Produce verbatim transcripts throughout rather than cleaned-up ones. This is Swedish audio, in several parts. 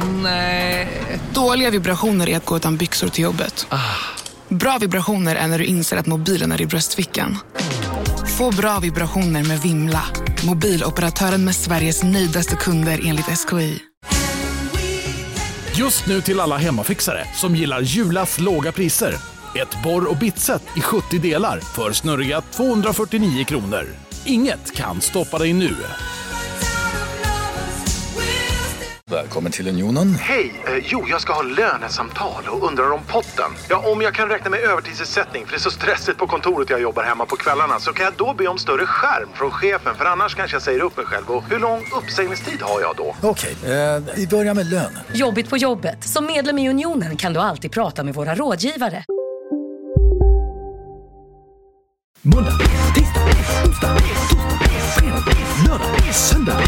Nej. Dåliga vibrationer är att gå utan byxor till jobbet. Ah. Bra vibrationer är när du inser att mobilen är i bröstfickan. Få bra vibrationer med Vimla. Mobiloperatören med Sveriges nöjdaste kunder enligt S K I. Just nu till alla hemmafixare som gillar Julas låga priser. Ett borr- och bitset i sjuttio delar för snurriga tvåhundrafyrtionio kronor. Inget kan stoppa dig nu. Välkommen till Unionen. Hej, eh, jo jag ska ha lönesamtal och undrar om potten. Ja, om jag kan räkna med övertidsersättning för det är så stressigt på kontoret jag jobbar hemma på kvällarna, så kan jag då be om större skärm från chefen, för annars kanske jag säger upp mig själv. Och hur lång uppsägningstid har jag då? Okej, eh, vi börjar med lön. Jobbigt på jobbet. Som medlem i Unionen kan du alltid prata med våra rådgivare. Måndag, tisdag, onsdag, torsdag, fredag, lördag, söndag.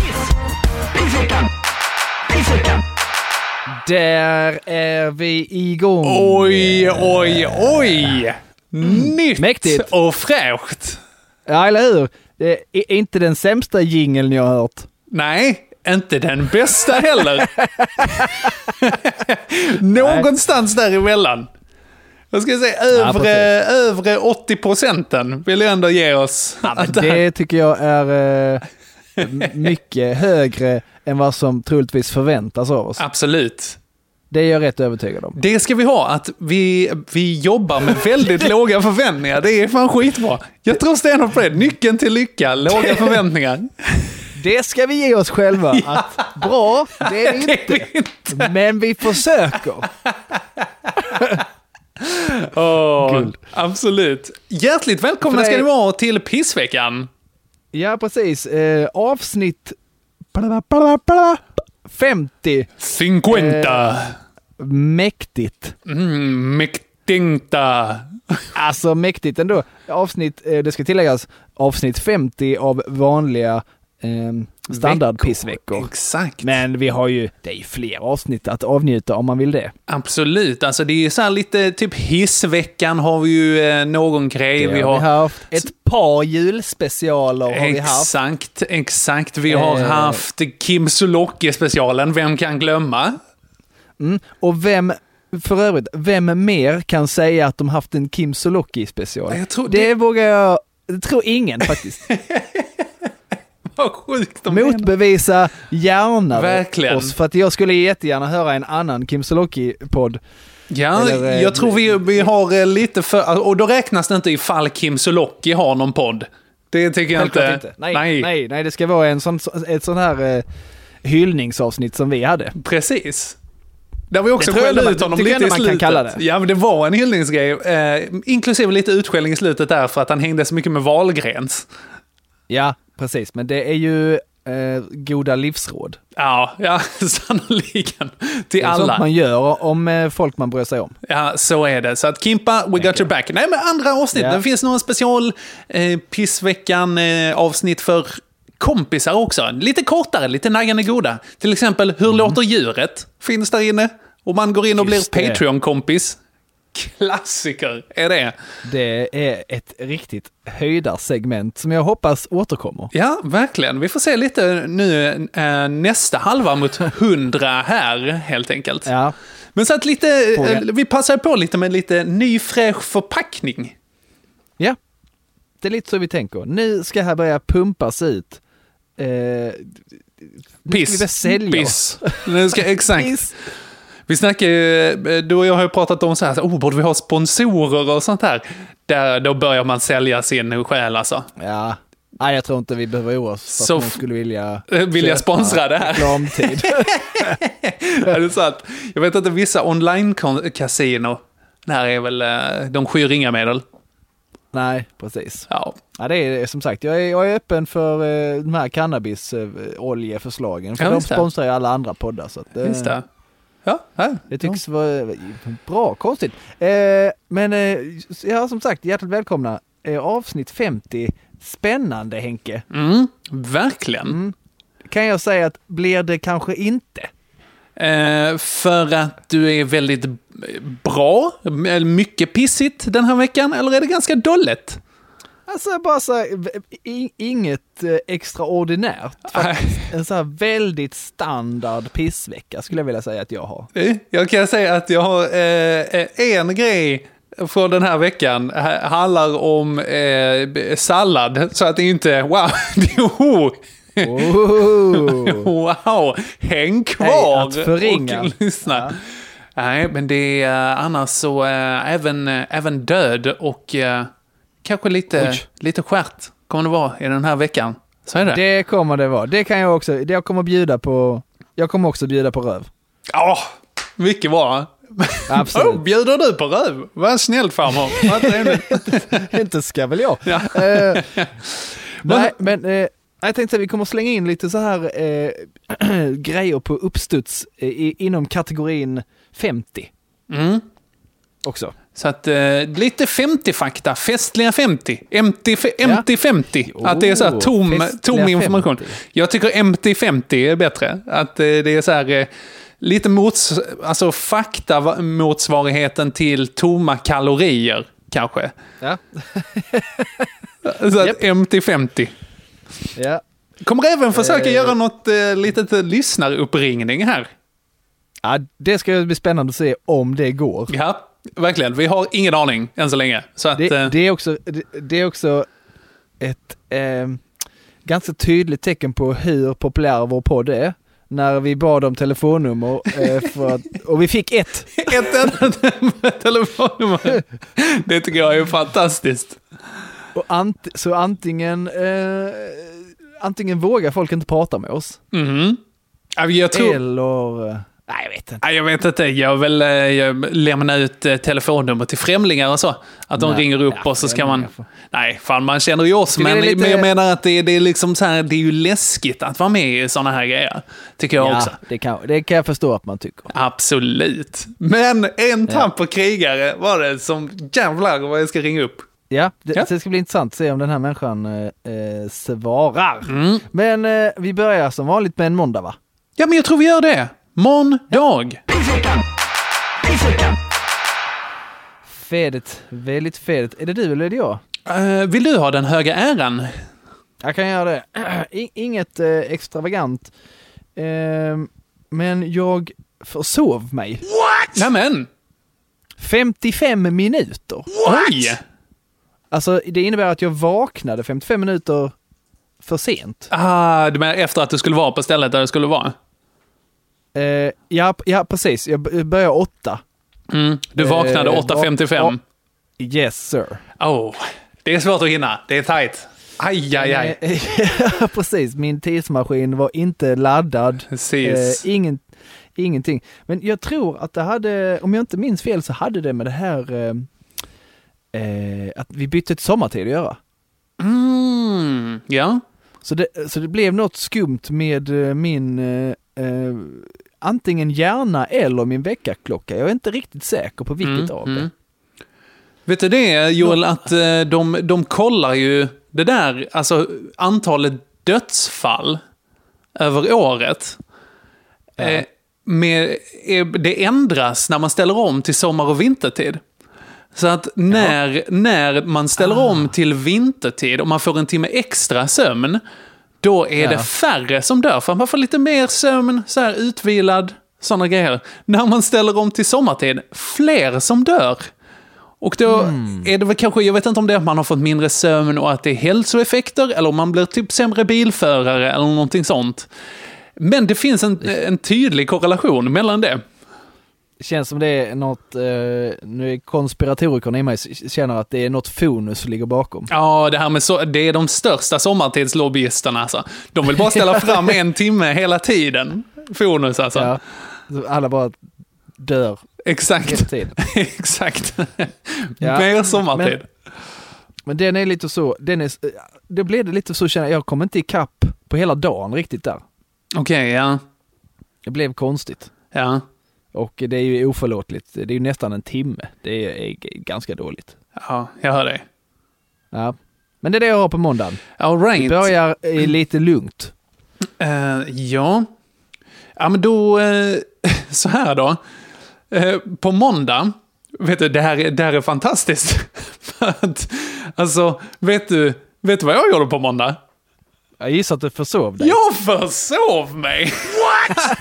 Där är vi igång. Oj, oj, oj. Nytt Mäktigt. och fräscht. Ja, eller hur? Det är inte den sämsta jingeln jag har hört. Nej, inte den bästa heller. Någonstans däremellan. Jag ska säga övre, ja, övre åttio procenten vill jag ändå ge oss. Ja, men det tycker jag är eh, mycket högre än vad som troligtvis förväntas av oss. Absolut. Det är jag rätt övertygad om. Det ska vi ha, att vi, vi jobbar med väldigt låga förväntningar. Det är fan skitbra. Jag tror stenhårt på det. Nyckeln till lycka, låga förväntningar. Det ska vi ge oss själva. Ja. Att bra, det är det inte. Det är inte. Men vi försöker. Oh, absolut. Hjärtligt välkomna ska ni vara till Pissveckan. Ja, precis. Eh, avsnitt femtio. femtio. Eh, mäktigt. Mm, mäktingta. Alltså mäktigt ändå. Avsnitt, eh, det ska tilläggas, avsnitt femtio av vanliga eh, standardpissveckor. Exakt. Men vi har ju, det är ju fler avsnitt att avnjuta om man vill det. Absolut. Alltså det är så här lite, typ hissveckan har vi ju eh, någon grej. Det vi har har vi haft. Ett par julspecialer har exakt, vi haft. Exakt, exakt. Vi har eh. haft Kim Sulocki-specialen. Vem kan glömma? Mm. Och vem, för övrigt, vem mer kan säga att de haft en Kim Sulocki-special? Jag tror det, det vågar jag, det tror ingen faktiskt. Vad sjukt de Motbevisa gärna verkligen oss, för att jag skulle jättegärna höra en annan Kim Sulocki-podd. Ja, Eller, jag tror vi, vi har lite för... Och då räknas det inte ifall Kim Sulocki har någon podd. Det tycker jag inte. inte. Nej, nej. Nej, nej, det ska vara en sån, ett sån här eh, hyllningsavsnitt som vi hade. Precis. Där vi också skällde ut honom lite i slutet. Kan kalla det. Ja, men det var en hyllningsgrej. Eh, inklusive lite utskällning i slutet där för att han hängde så mycket med Wahlgrens. Ja, precis. Men det är ju eh, goda livsråd. Ja, ja, sannoliken. Till alla. Det är sånt man gör om eh, folk man bryr sig om. Ja, så är det. Så att Kimpa, we got your back. Nej, men andra avsnitt. Ja. Det finns någon special eh, pissveckan eh, avsnitt för kompisar också. Lite kortare, lite naggande goda. Till exempel, hur mm. låter djuret? Finns där inne. Och man går in och Just blir Patreon-kompis. Klassiker är det. Det är ett riktigt höjdarsegment som jag hoppas återkommer. Ja, verkligen. Vi får se lite nu äh, nästa halva mot hundra här, helt enkelt. Ja. Men så att lite, äh, vi passar på lite med lite ny fräsch förpackning. Ja, det är lite så vi tänker. Nu ska här börja pumpas ut. Eh, piss. Sälja. Piss. Nu ska, exakt. Piss. Vi snackar, du och jag har ju pratat om så här, oh, borde vi ha sponsorer och sånt här. Där, då bör man sälja sin själ alltså. Ja, nej, jag tror inte vi behöver oroa oss för så att någon skulle vilja vilja sponsra det här. Reklamtid. Är det sant? Jag vet att det är vissa online-casino. Det här är väl, de skyr inga medel. Nej, precis. Ja. Ja, det är som sagt, jag är, jag är öppen för eh, de här cannabis-oljeförslagen. För ja, de sponsrar ju alla andra poddar. Så att, eh, just det. Ja, ja, det tycks ja. vara bra, konstigt. Eh, men eh, ja, som sagt, hjärtligt välkomna. Eh, avsnitt femtio. Spännande, Henke. Mm, verkligen. Mm. Kan jag säga att blir det kanske inte? Eh, för att du är väldigt bra, mycket pissigt den här veckan, eller är det ganska dåligt? Alltså bara så här, i- inget eh, extraordinärt. Faktiskt. En så här väldigt standard pissvecka skulle jag vilja säga att jag har. Jag kan säga att jag har eh, en grej från den här veckan h- handlar om eh, sallad. Så att det inte, wow, oh. Oh. Wow, häng kvar Hej, att förringa. och lyssna. Ja. Nej, men det är uh, annars så uh, även, uh, även död och uh, kanske lite, lite skärt kommer det vara i den här veckan. Så är det. Det kommer det vara. Det kan jag också. Jag kommer bjuda på. Jag kommer också bjuda på röv. Ja, oh, mycket bra. Absolut. Oh, bjuder du på röv? Vad snällt farmor. Vad trevligt. Inte ska väl jag. Ja. Uh, nej, men uh, jag tänkte att vi kommer slänga in lite så här uh, grejer på uppstuds uh, i, inom kategorin femtio. Mm. Också. Så att uh, lite femtio-fakta, festliga femtio, empty, empty femtio, Oh, att det är så här tom, tom information. femtio. Jag tycker empty femtio är bättre, att uh, det är så här uh, lite mots, alltså fakta motsvarigheten till tomma kalorier kanske. Ja. Så att Yep. empty femtio. Ja. Kommer även försöka Eh. göra något uh, litet uh, lyssnaruppringning här. Ja, det ska bli spännande att se om det går. Ja, verkligen. Vi har ingen aning än så länge. Så att, Det, uh, det, är, också, det, det är också ett eh, ganska tydligt tecken på hur populär vår podd är. När vi bad om telefonnummer eh, för att, och vi fick ett. Ett enda telefonnummer. Det tycker jag är fantastiskt. Och ant, så antingen eh, antingen vågar folk inte prata med oss. Mm. Jag tror... Eller... Nej, jag vet inte. Nej, jag vet inte. Jag vill jag lämna ut telefonnummer till främlingar och så. Att de Nej, ringer upp ja, och så ska man... får- Nej, fan man känner ju oss. Tycker Men, det är lite- men jag menar att det, det är liksom så här, det är ju läskigt att vara med i såna här grejer. Tycker jag Ja, också. det kan, det kan jag förstå att man tycker. Absolut. Men en tapper krigare var det som jävlar vad jag ska ringa upp. Ja, det, Ja. så det ska bli intressant att se om den här människan eh, eh, svarar. Mm. Men eh, vi börjar som vanligt med en måndag, va? Ja, men jag tror vi gör det. Måndag. Fedigt, väldigt fedigt. Är det du eller är det jag? Uh, vill du ha den höga äran? Jag kan göra det. I- Inget eh, extravagant. Eh, men jag försov mig. Nämen! femtiofem minuter. Oj! Alltså det innebär att jag vaknade femtiofem minuter för sent. Ah, du menar efter att du skulle vara på stället där du skulle vara? Eh, ja, ja, precis. Jag b- började åtta. Mm. Du vaknade Eh, åtta femtiofem. Yes, sir. Oh, det är svårt att hinna. Det är tajt. Aj, aj, aj. Eh, ja, precis. Min tidsmaskin var inte laddad. Precis. Eh, ingen, ingenting. Men jag tror att det hade, om jag inte minns fel, så hade det med det här eh, eh, att vi bytte till sommartid att göra. Mm, ja. Så det, så det blev något skumt med eh, min eh, eh, antingen hjärna eller min väckarklocka. Jag är inte riktigt säker på vilket Mm, av det. mm. Vet du det, Joel, att eh, de, de kollar ju det där, alltså antalet dödsfall över året. Ja. Eh, med, eh, det ändras när man ställer om till sommar- och vintertid. Så att när, när man ställer Ah. om till vintertid och man får en timme extra sömn, då är Ja. det färre som dör. För man får lite mer sömn, så här utvilad, sådana grejer. När man ställer om till sommartid, fler som dör. Och då Mm. är det väl kanske, jag vet inte om det är att man har fått mindre sömn och att det är hälsoeffekter, eller om man blir typ sämre bilförare eller någonting sånt. Men det finns en, en tydlig korrelation mellan det. Det känns som det är något, eh, nu är konspiratorikerna i mig känner att det är något fonus som ligger bakom. Ja, det här med så, det är de största sommartidslobbyistarna alltså. De vill bara ställa fram en timme hela tiden. Fonus alltså. Ja, så alla bara dör hela Exakt. tiden. Exakt. Ja, Mer sommartid. Men, men den är lite så, den är, det blev det lite så, känner jag, jag kommer inte ikapp på hela dagen riktigt där. Okej, ja. Det blev konstigt. Ja. Och det är ju oförlåtligt. Det är ju nästan en timme. Det är, är ganska dåligt. Ja, jag hör dig. Ja. Men det är det jag har på måndagen. All Vi right. börjar i lite lugnt. Uh, ja. Ja, men då... Uh, så här då. Uh, på måndag... Vet du, det här, är- det här är fantastiskt. För att, Alltså, vet du, vet du vad jag gjorde på måndag? Jag gissar att du försov dig. Jag försov mig! What?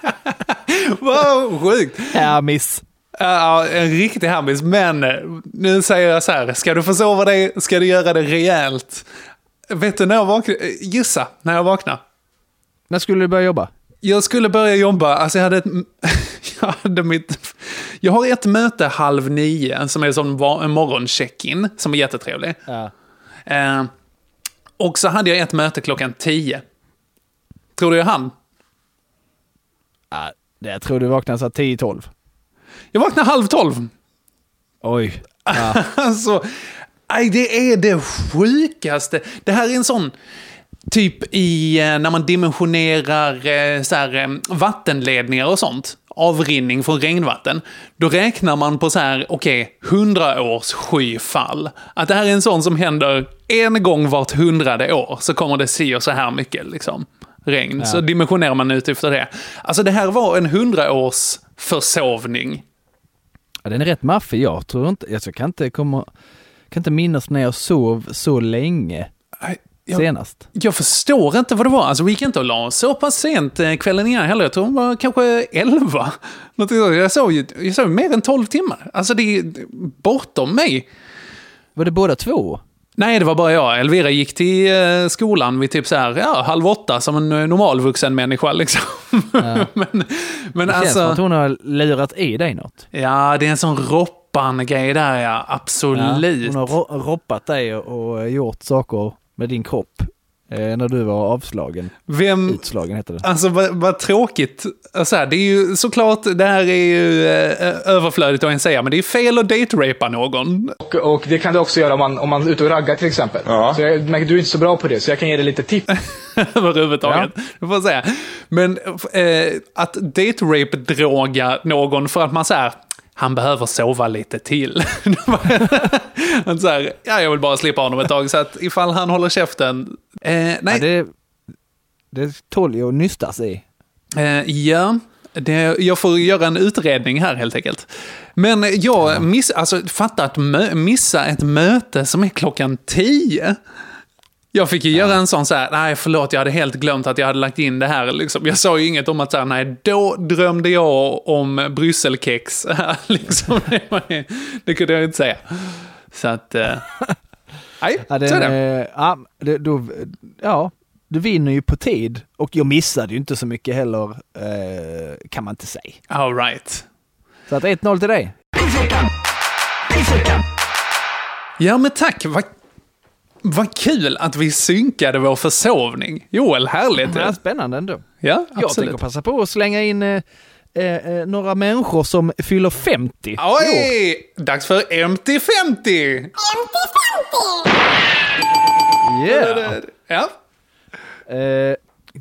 Vad sjukt. Hermis. Ja, en riktig hermis. Men nu säger jag så här, ska du försova dig, ska du göra det rejält. Vet du när jag vaknade? Gissa, när jag vaknade. När skulle du börja jobba? Jag skulle börja jobba, alltså jag hade ett, jag hade mitt, jag har ett möte halv nio som är som en morgoncheck-in som är jättetrevlig. Ja. Eh, och så hade jag ett möte klockan tio. Tror du jag hann? Ja, det jag tror du vaknade så tio tolv. Jag vaknade halv tolv. Oj. Ja. Alltså, aj, det är det sjukaste. Det här är en sån typ i när man dimensionerar så här, vattenledningar och sånt. Avrinning från regnvatten. Då räknar man på så här, okej, okay, hundra års skyfall. Att det här är en sån som händer en gång vart hundrade år. Så kommer det se och så här mycket liksom, regn. Ja. Så dimensionerar man ut efter det. Alltså det här var en hundra års försovning. Ja, den är rätt maffig. Jag tror inte, jag kan inte komma, kan inte minnas när jag sov så länge. Jag, senast. Jag förstår inte vad det var. Alltså vi gick inte och la så pass sent kvällen innan heller. Jag tror det var kanske elva. Jag sov, jag sov mer än tolv timmar. Alltså det är bortom mig. Var det båda två? Nej, det var bara jag. Elvira gick till skolan vid typ så här, ja, halv åtta som en normal vuxen människa liksom. Ja. men, men det alltså, känns som att hon har lurat i dig något. Ja, det är en sån roppan grej där, ja. Absolut. Ja, hon har ro- roppat dig och, och gjort saker med din kropp eh, när du var avslagen. Vem, Utslagen heter det. Alltså vad, vad tråkigt. Alltså, här, det är ju såklart, det här är ju eh, överflödigt att en säga, men det är fel att date-rapa någon. Och, och det kan du också göra om man, om man är ute och raggar till exempel. Ja. Så jag, men du är inte så bra på det, så jag kan ge dig lite tips. Överhuvudtaget, ja. Du får säga. Men eh, att date-rape-droga någon för att man säger han behöver sova lite till. Så här, ja, jag vill bara slippa honom ett tag så att ifall han håller käften. Eh, nej. Ja, det, det tål ju att nystas i. Eh, ja, det, jag får göra en utredning här helt enkelt. Men jag miss, alltså, fattar att mö, missa ett möte som är klockan tio. Jag fick ju ja. göra en sån så här, nej förlåt, jag hade helt glömt att jag hade lagt in det här. Liksom. Jag sa ju inget om att så här, nej, då drömde jag om brysselkex. liksom, det, det kunde jag inte säga. Så att, eh, nej, ja, det, så är det. Ja, det, då, ja, du vinner ju på tid. Och jag missade ju inte så mycket heller, eh, kan man inte säga. All right. Så att ett noll till dig. Ja, men tack. Vad Vad kul att vi synkade vår försovning. Joel, härligt. Det är spännande ändå. Ja, absolut. Jag tänker passa på att slänga in eh, eh, några människor som fyller femtio. Oj! Jo. Dags för M T femtio! M T femtio! Yeah! Ja. Eh,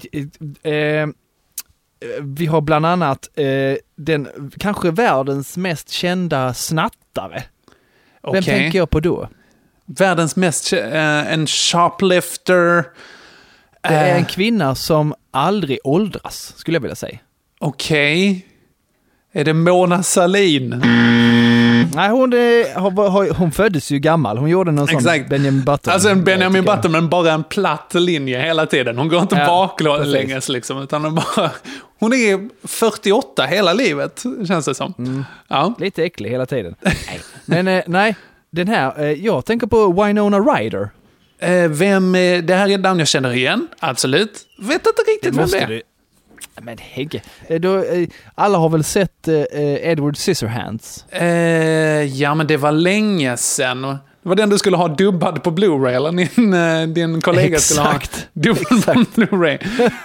eh, vi har bland annat eh, den kanske världens mest kända snattare. Vem okay. tänker jag på då? Världens mest, uh, en shoplifter. Det är en kvinna som aldrig åldras, skulle jag vilja säga. Okej. Okay. Är det Mona Sahlin? Mm. Nej, hon, är, hon, hon föddes ju gammal. Hon gjorde någon Exakt. sån Benjamin Button. Alltså en Benjamin Button, men bara en platt linje hela tiden. Hon går inte ja, baklänges liksom, utan hon bara... Hon är fyrtioåtta hela livet, känns det som. Mm. Ja. Lite äcklig hela tiden. nej. Men eh, nej, den här, eh, jag tänker på Winona Ryder. Eh, vem, eh, det här är ett namn jag känner igen, absolut. Vet inte riktigt vem det är. Du... Men Hegge, då, eh, alla har väl sett eh, Edward Scissorhands? Eh, ja, men det var länge sedan. Det var den du skulle ha dubbad på Blu-ray, eller din, eh, din kollega Exakt. skulle ha dubbad på Blu-ray.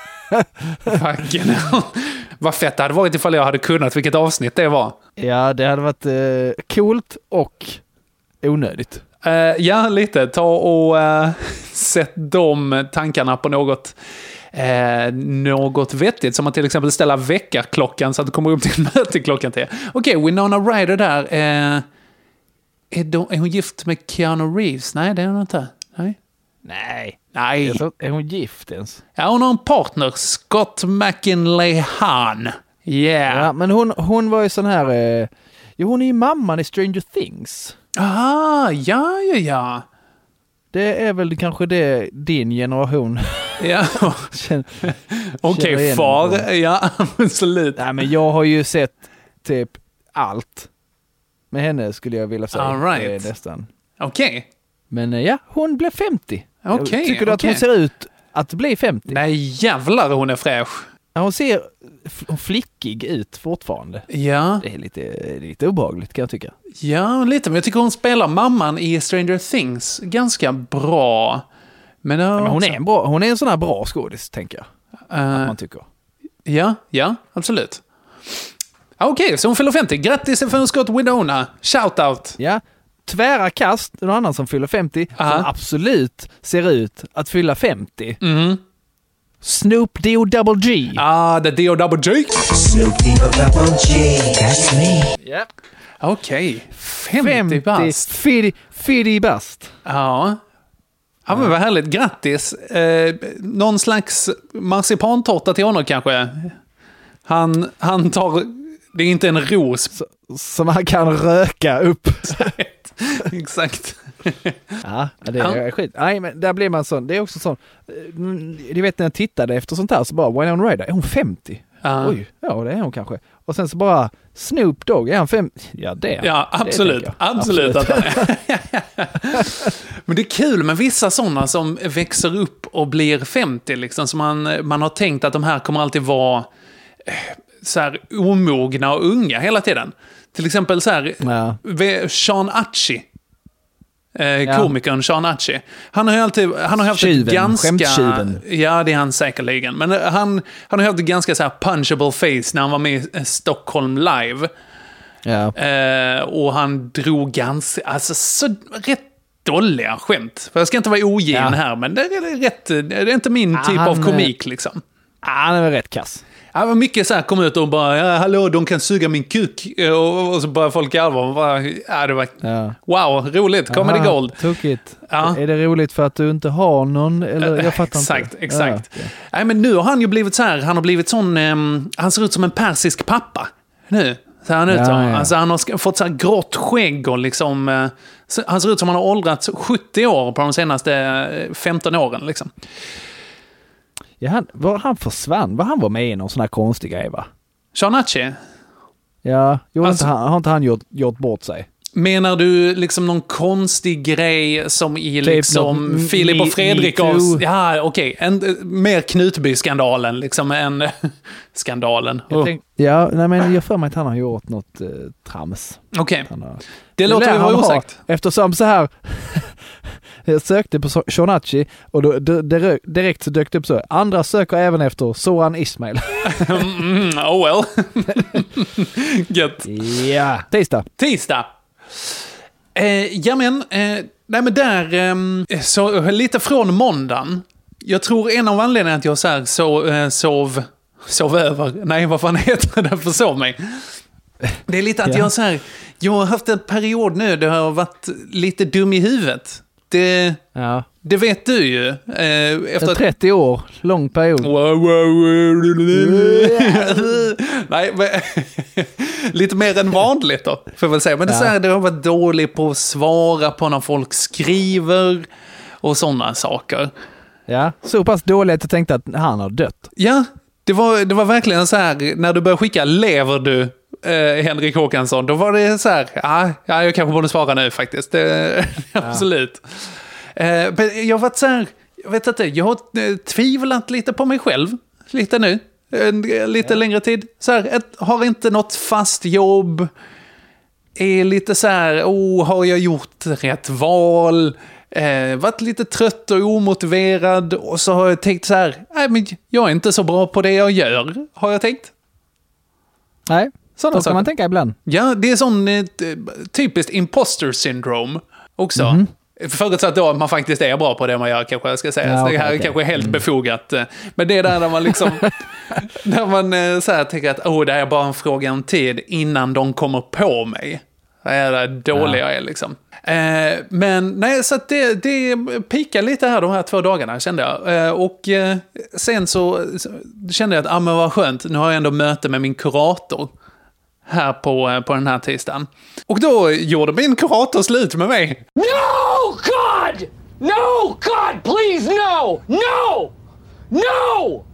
Fucking vad fett det hade varit ifall jag hade kunnat vilket avsnitt det var. Ja, det hade varit eh, coolt och onödigt. Uh, ja, lite. Ta och uh, sätt de tankarna på något uh, något vettigt. Som att till exempel ställa väckarklockan så att det kommer upp till möte klockan till. Okej, okay, Winona Ryder där. Uh, är, de, är hon gift med Keanu Reeves? Nej, det är hon inte. Nej. Nej. Nej. Så, är hon gift ens? Ja, hon har en partner. Scott McKinley Hahn. Yeah. Ja, men hon, hon var ju sån här... Uh, jo, hon är ju mamman i Stranger Things. Aha, ja, ja, ja. det är väl kanske det din generation. Ja. Okej, okay, far. Ja, absolut. Nej, men jag har ju sett typ allt med henne, skulle jag vilja säga. All right. Det är nästan. Okej. Okay. Men ja, hon blev femtio. Okay, Tycker du okay. att hon ser ut att bli femtio? Nej, jävlar hon är fräsch. Ja, hon ser flickig ut fortfarande. Ja. Det är lite, lite obehagligt, kan jag tycka. Ja, lite. Men jag tycker hon spelar mamman i Stranger Things ganska bra. Men, ja, men hon, är en bra, hon är en sån här bra skådis, tänker jag. Uh, att man tycker. Ja, ja, absolut. Okej, okay, så hon fyller femtio. Grattis för Scott Winona. Shout out. Ja. Tvära kast, någon annan som fyller femtio, Aha. som absolut ser ut att fylla femtio. Mm. Snoop D-O double G. Ah, the D-O double G. Snoop D-O double G, that's me. Yep. Okej, okay. femtio bast. femtio bast. Ja. Ja, men vad härligt. Grattis. Eh, någon slags marsipantårta till honom kanske. Han, han tar... Det är inte en ros. Så, som han kan röka upp. Exakt. Ja, det är ja. skit. Nej, men där blir man sån. Det är också sån. Du vet när jag tittade efter sånt här så bara, Winona Ryder, är hon femtio? Uh. Oj, ja det är hon kanske. Och sen så bara, Snoop Dogg, är han femtio? Ja, det är Ja, absolut. Det absolut. absolut. Men det är kul med vissa sådana som växer upp och blir femtio. Liksom, så man, man har tänkt att de här kommer alltid vara så här omogna och unga hela tiden. Till exempel så här, ja. Sean Atchie. Eh, ja. Komikern Sean Atchie. Han har ju alltid han har haft Tjuven, ett ganska skämttjuven. Ja, det är han säkerligen. Men han han har haft ett ganska så här punchable face när han var med i Stockholm Live. Ja. Eh, och han drog ganska alltså så rätt dåliga skämt. För jag ska inte vara ogen ja. här, men det är rätt det är inte min typ han, av komik liksom. Han är väl rätt kass. Ja, men mycket så här kom ut och bara, ja, hallå, de kan suga min kuk. Och, och så bara folk i allvar. Bara, ja, det var, ja. Wow, roligt. Comedy Aha, gold. Tokigt. Ja. Är det roligt för att du inte har någon? Eller, jag fattar exakt, inte. Exakt, exakt. Ja, okay. Nej, men nu har han ju blivit så här, han har blivit sån, um, han ser ut som en persisk pappa. Nu. Så han, ut, ja, ja. Alltså, han har fått så här grått skägg och liksom, uh, han ser ut som han har åldrats sjuttio år på de senaste femton åren liksom. Ja, han, var, han försvann. Var han var med i någon sån här konstig grej, va? Sean Atchie? Ja, jo, alltså, inte han, har inte han gjort, gjort bort sig? Menar du liksom någon konstig grej som i typ liksom något, Filip och Fredrik av... Ja, okej. Okay. Mer Knutby-skandalen liksom än skandalen. Jag tänk, ja, nej, men jag för mig att han har gjort något eh, trams. Okej. Okay. Det, det låter ju vara osagt. Eftersom så här... Jag sökte på Sean Atchie och då, direkt, direkt så dök det upp så. Andra söker även efter Soran Ismail. mm, oh well. Gött. Ja. Tisdag. Tisdag. Eh, ja men, eh, nej men där, eh, så, lite från måndagen. Jag tror en av anledningarna att jag så här, så, eh, sov, sov över. Nej, vad fan heter det? Försov mig. Det är lite att ja. jag så här, jag har haft en period nu där jag har varit lite dum i huvudet. Det, ja. det vet du ju. Eh, efter trettio år, lång period. Nej, men, lite mer än vanligt då, får jag väl säga. Men det, är så här, det har varit dålig på att svara på när folk skriver och sådana saker. Ja, så pass dåligt att jag tänkte att han har dött. Ja, det var, det var verkligen så här, när du började skicka, lever du? Eh, Henrik Håkansson, då var det så här, ja, ja jag kanske borde svara nu faktiskt. Det, ja. Absolut. Eh, men jag har varit så här, jag vet inte, jag har eh, tvivlat lite på mig själv, lite nu, eh, lite ja. längre tid. Så här, ett, har inte något fast jobb, är lite så här, oh, har jag gjort rätt val? Eh, varit lite trött och omotiverad, och så har jag tänkt så här, nej men jag är inte så bra på det jag gör, har jag tänkt. Nej. Sådana så kan man tänka ibland. Ja, det är sån eh, typiskt imposter syndrome också. Mm. Förutsatt då att man faktiskt är bra på det man gör, kanske jag ska säga. Ja, okay, det här är okay. kanske helt mm. befogat. Men det är där när man liksom när man eh, så här tänker att oh, det här är bara en fråga om tid innan de kommer på mig. Det är det dåliga ja. jag är liksom. Eh, men nej, så att det, det pikar lite här de här två dagarna, kände jag. Eh, och eh, sen så, så kände jag att ah, men vad skönt, nu har jag ändå möte med min kurator här på, på den här tisdagen. Och då gjorde min kurator slut med mig. No, God! No! God, please, no! No! No!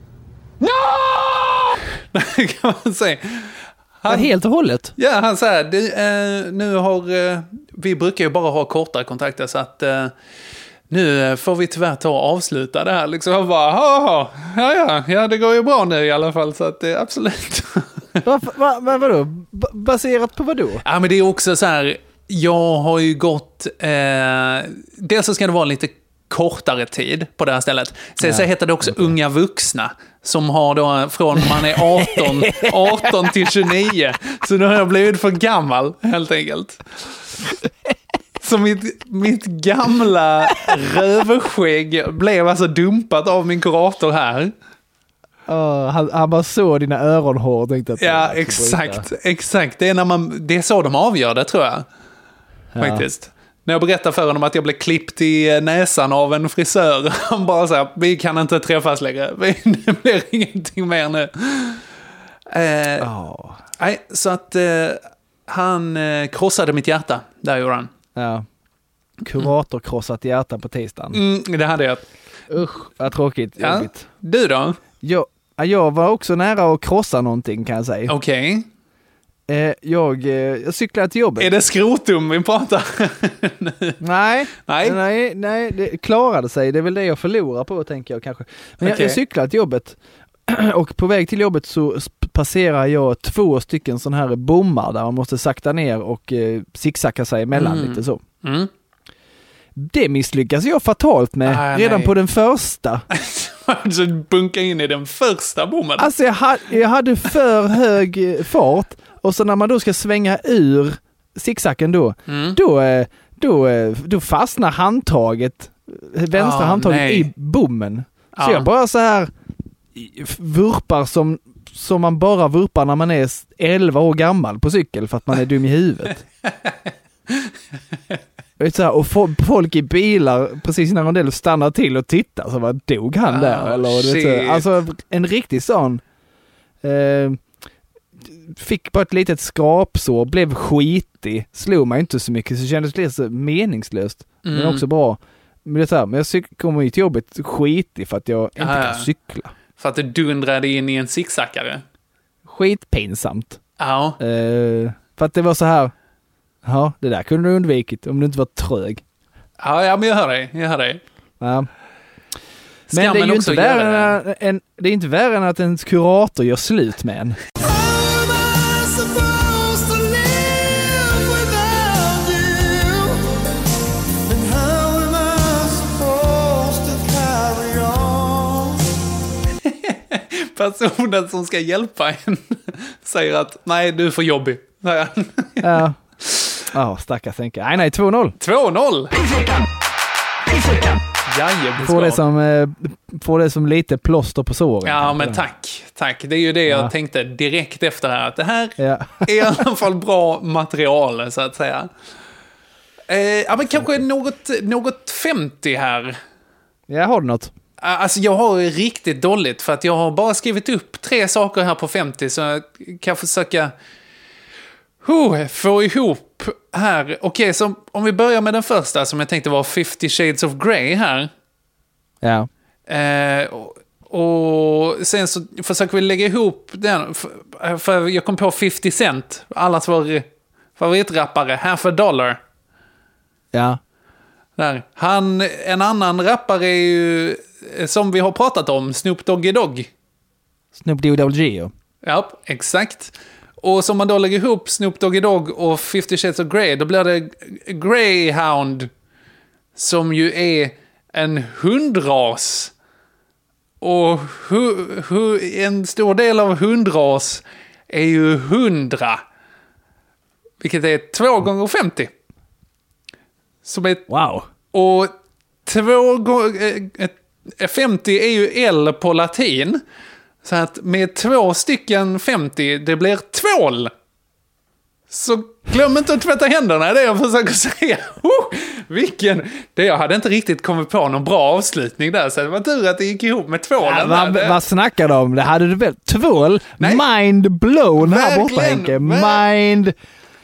No! Kan man säga. Han, helt och hållet? Ja, han säger, det, eh, nu har, eh, vi brukar ju bara ha kortare kontakter så att eh, nu får vi tyvärr ta och avsluta det här. Liksom jag bara, ja, ja, ja, det går ju bra nu i alla fall så att det eh, absolut. Va, va, va, vadå? B- baserat på vad då? Ja, men det är också så här, jag har ju gått, eh, dels så ska det vara lite kortare tid på det här stället. Sen ja, så heter det också okay. unga vuxna som har då från man är arton, arton till tjugonio. Så nu har jag blivit för gammal helt enkelt. Så mitt, mitt gamla rövskägg blev alltså dumpat av min kurator här. Uh, han, han bara såg dina öronhår. Tänkte att ja, exakt. Exakt. Det är, när man, det är så de avgör det, tror jag. Ja. Faktiskt. När jag berättar för honom att jag blev klippt i näsan av en frisör. Han bara så här, vi kan inte träffas längre. Det blir ingenting mer nu. Eh, oh. Nej, så att eh, han eh, krossade mitt hjärta. Där gjorde han. Ja. Kurator krossat hjärta på tisdagen. Mm, det hade jag. Usch, vad tråkigt. Ja. Du då? Jag, jag var också nära att krossa någonting, kan jag säga. Okej. Okay. Eh, jag, eh, jag cyklade till jobbet. Är det skrotum vi pratar? nej, nej, nej, nej, det klarade sig. Det är väl det jag förlorar på, tänker jag kanske. Men okay. jag, jag cyklade till jobbet och på väg till jobbet så passerar jag två stycken sån här bommar där man måste sakta ner och eh, zigzacka sig emellan mm. lite så. Mm. Det misslyckas jag fatalt med ah, redan nej. på den första. Så bunka in i den första bommen. Alltså jag, ha, jag hade för hög fart. Och så när man då ska svänga ur zigzacken då, mm. då, då, då fastnar handtaget, vänstra ah, handtaget nej. i bommen. Så ah. jag bara så här vurpar som, som man bara vurpar när man är elva år gammal på cykel för att man är dum i huvudet. Så här, och folk i bilar precis när Rondell stannar till och tittar så vad dog han där? Oh, eller, vet, alltså en riktig sån... Eh, fick bara ett litet skrapsår, blev skitig, slog mig inte så mycket så kändes det så meningslöst mm. men också bra. Men det är så här, men jag cyk- kommer ju till jobbet skitig för att jag inte ah, kan cykla. För att du dundrade in i en zigzackare? Skitpinsamt. Ja. Uh, för att det var så här, ja, det där kunde du undvikit om du inte var trög. Ja, ja men jag hör dig, jag hör dig. Ja. Men det är ju inte värre än, en, det är inte värre än att en kurator gör slut med en. Personen som ska hjälpa en säger att nej, du är för jobbig. Ja. Ja, oh, stackars tänka. Nej, nej, två noll. två noll? Får det, som, eh, får det som lite plåster på såren. Ja, men tack. Tack. Det är ju det jag ja. tänkte direkt efter det här. Att det här ja. är i alla fall bra material, så att säga. Eh, ja, men kanske något, något femtio här. Ja, har du något? Alltså jag har riktigt dåligt för att jag har bara skrivit upp tre saker här på femtio så jag kan försöka oh, få ihop här. Okej, okay, så om vi börjar med den första som jag tänkte var fifty Shades of Grey här. Ja. Eh, och, och sen så försöker vi lägga ihop den för, för jag kom på fifty Cent, allas vår favoritrappare, half a dollar. Ja. Där. Han, en annan rappare är ju som vi har pratat om, Snoop Doggy Dogg. Snoop Doggy Dogg. Ja, exakt. Och som man då lägger ihop Snoop Doggy Dogg och fifty Shades of Grey, då blir det Greyhound som ju är en hundras. Och hu, hu, en stor del av hundras är ju hundra. Vilket är två gånger femtio. Som är, wow. Och två gånger femtio är ju L på latin. Så att med två stycken femtio, det blir tvål. Så glöm inte att tvätta händerna, det är det jag försöker säga. Oh, vilken... Det, jag hade inte riktigt kommit på någon bra avslutning där, så det var tur att det gick ihop med tvålen. Ja, vad, vad snackar du om? Det hade du väl? Tvål? Nej. Mind blown här borta, Henke. Mind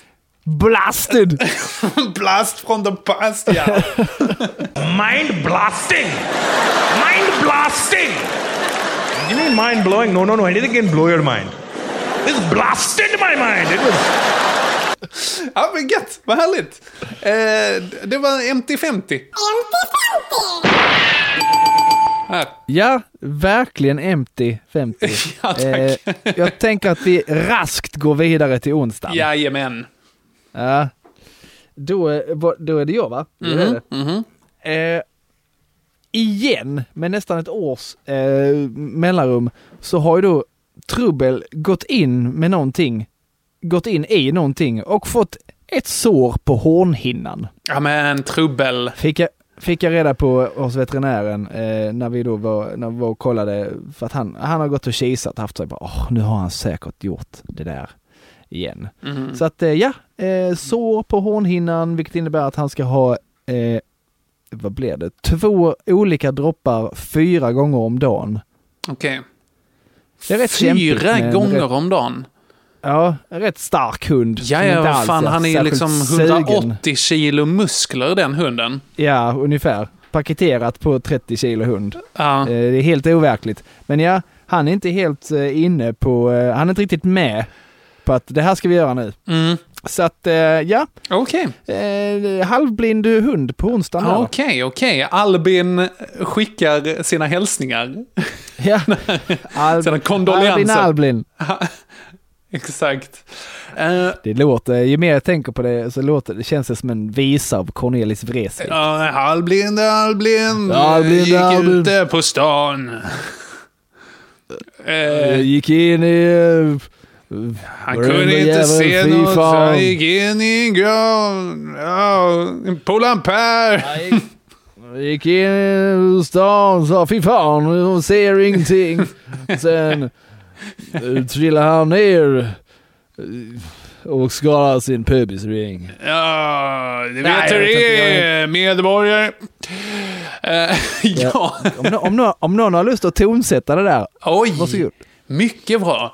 blasted. Blast from the past, ja. Mind blasting. Mind blasting. You mean mind blowing? No, no, no. Anything can blow your mind. This blasted my mind. It was... Ja, men gött. Vad härligt. Eh, det var M T femtio. M T femtio! Här. Ja, verkligen M T femtio. Ja, tack. Eh, jag tänker att vi raskt går vidare till onsdagen. Jajamän. Ja. Då, då är det jag, va? Mm-hmm. Det är det. Mm-hmm. Eh, igen, med nästan ett års eh, mellanrum, så har ju då Trubbel gått in med någonting, gått in i någonting och fått ett sår på hornhinnan. Ja, men Trubbel. Fick jag, fick jag reda på hos veterinären eh, när vi då var, när vi var och kollade, för att han, han har gått och kisat och haft så bara, åh, nu har han säkert gjort det där igen. Mm. Så att, eh, ja, eh, sår på hornhinnan, vilket innebär att han ska ha eh, vad blir det? Två olika droppar fyra gånger om dagen. Okej. Okay. Det är rätt Fyra kämpigt, gånger rätt, om dagen? Ja, en rätt stark hund. Ja, ja, vad fan, han är liksom hundraåttio kilo muskler, den hunden. Ja, ungefär. Paketerat på trettio kilo hund. Ja. Det är helt overkligt. Men ja, han är inte helt inne på, han är inte riktigt med på att det här ska vi göra nu. Mm. Så att, ja. Okej. Okay. Eh, halvblind hund på onsdagen. Okej, okay, okej. Okay. Albin skickar sina hälsningar. Ja. Al- sina kondolenser. Albin, Albin. Exakt. Uh, det låter, ju mer jag tänker på det så låter det, känns det som en visa av Cornelis Vreeswijk. Ja, uh, halvblind, halvblind. Halvblind, gick halvblind. ute på stan. Uh, gick in i... Uh, han kunde inte se något. Han gick in i en gran. Ja, Polan Per. Gick in i stan och sa, fy fan, hon ser ingenting. Sen trillade han ner och skadade sin pubisring. Ja, det vet du det, medborgare. Uh, ja. om, om, någon, om någon har lust att tonsätta det där, oj, varsågod. Mycket bra.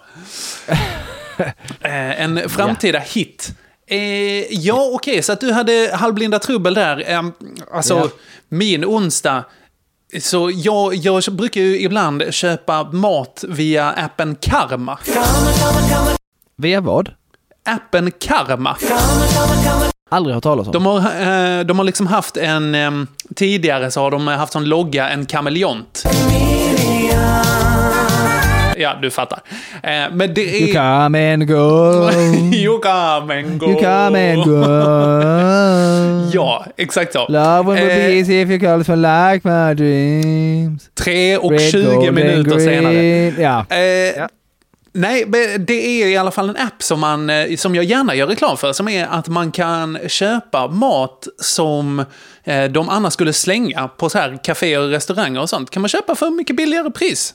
uh, en framtida ja. hit. Uh, ja, okej, okay, så att du hade halvblinda Trubbel där. Um, alltså, ja. min onsdag. Så jag, jag brukar ju ibland köpa mat via appen Karma. Via vad? Appen Karma. Aldrig hört talas om. De har, eh, de har liksom haft en... Eh, tidigare så har de haft som logga en kameleont. Ja, du fattar. Eh, men det är... You come and go. You come and go. You come and go. Ja, exakt så. Love will eh, be easy if you call it for like my dreams. tre och tjugo minuter senare. Ja. Eh, ja. Nej, det är i alla fall en app som, man, som jag gärna gör reklam för, som är att man kan köpa mat som eh, de annars skulle slänga på så här kaféer och restauranger och sånt. Kan man köpa för mycket billigare pris.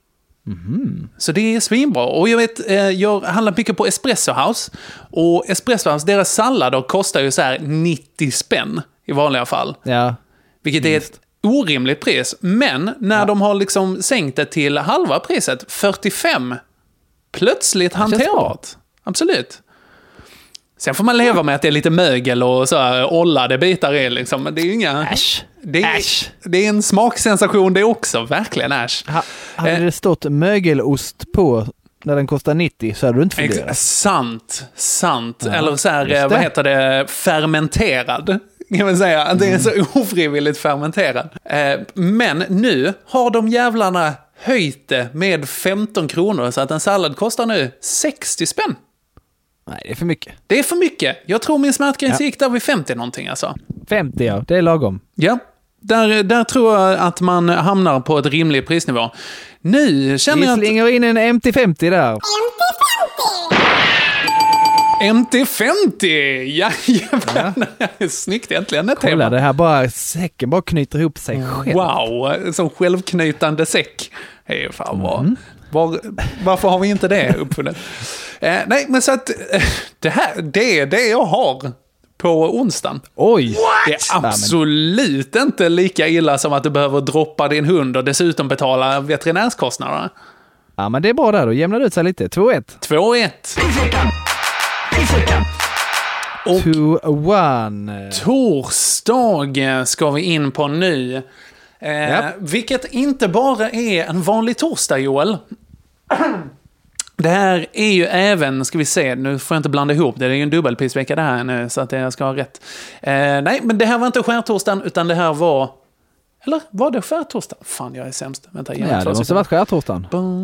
Mm. Så det är svinbra. Och jag vet, eh, jag handlar mycket på Espresso House. Och Espresso House, deras sallader kostar ju så här nittio spänn i vanliga fall. Ja. Vilket är ett orimligt pris. Men när ja. de har liksom sänkt det till halva priset, fyrtiofem, plötsligt hanterbart. Absolut. Sen får man leva med att det är lite mögel och så här ollade bitar i liksom. Men det är ju inga... Äsch. Det är, äsch. Det är en smaksensation det också. Verkligen äsch. Ha, hade eh. det stått mögelost på när den kostar nittio så hade du inte funderat. Ex- sant. Sant. Ja, eller så här, vad heter det? Fermenterad. Kan man säga. Mm. Det är så ofrivilligt fermenterad. Eh, men nu har de jävlarna höjt det med femton kronor så att en sallad kostar nu sextio spänn. Nej, det är för mycket. Det är för mycket. Jag tror min smärtgräns ja. gick där vid femtio någonting alltså. femtio, ja. Det är lagom. Ja. Där, där tror jag att man hamnar på ett rimlig prisnivå. Nu känner Vi jag att... Vi slänger in en M T femtio där. M T femtio! M T femtio! Ja, ja. Snyggt äntligen. Kolla, tema. Det här bara, säcken bara knyter ihop sig själv. Wow, som självknytande säck. Det är fan bra. Mm. Var, varför har vi inte det uppfunnet? eh, nej, men så att eh, det här, det är det jag har på onsdagen. Oj! Det är absolut Nej, men... inte lika illa som att du behöver droppa din hund och dessutom betala veterinärskostnaderna. Ja, men det är bra där. Då jämnar det ut sig lite. två ett. två ett. Och two, one. Torsdag ska vi in på nu. Eh, yep. Vilket inte bara är en vanlig torsdag, Joel. Det här är ju även, ska vi se, nu får jag inte blanda ihop det, det är ju en dubbelpissvecka det här nu, så att jag ska ha rätt. Eh, nej, men det här var inte skärtorsdagen, utan det här var... Eller var det skärtorsdagen? Fan, jag är sämst. Vänta, ja, det måste ha varit skärtorsdagen.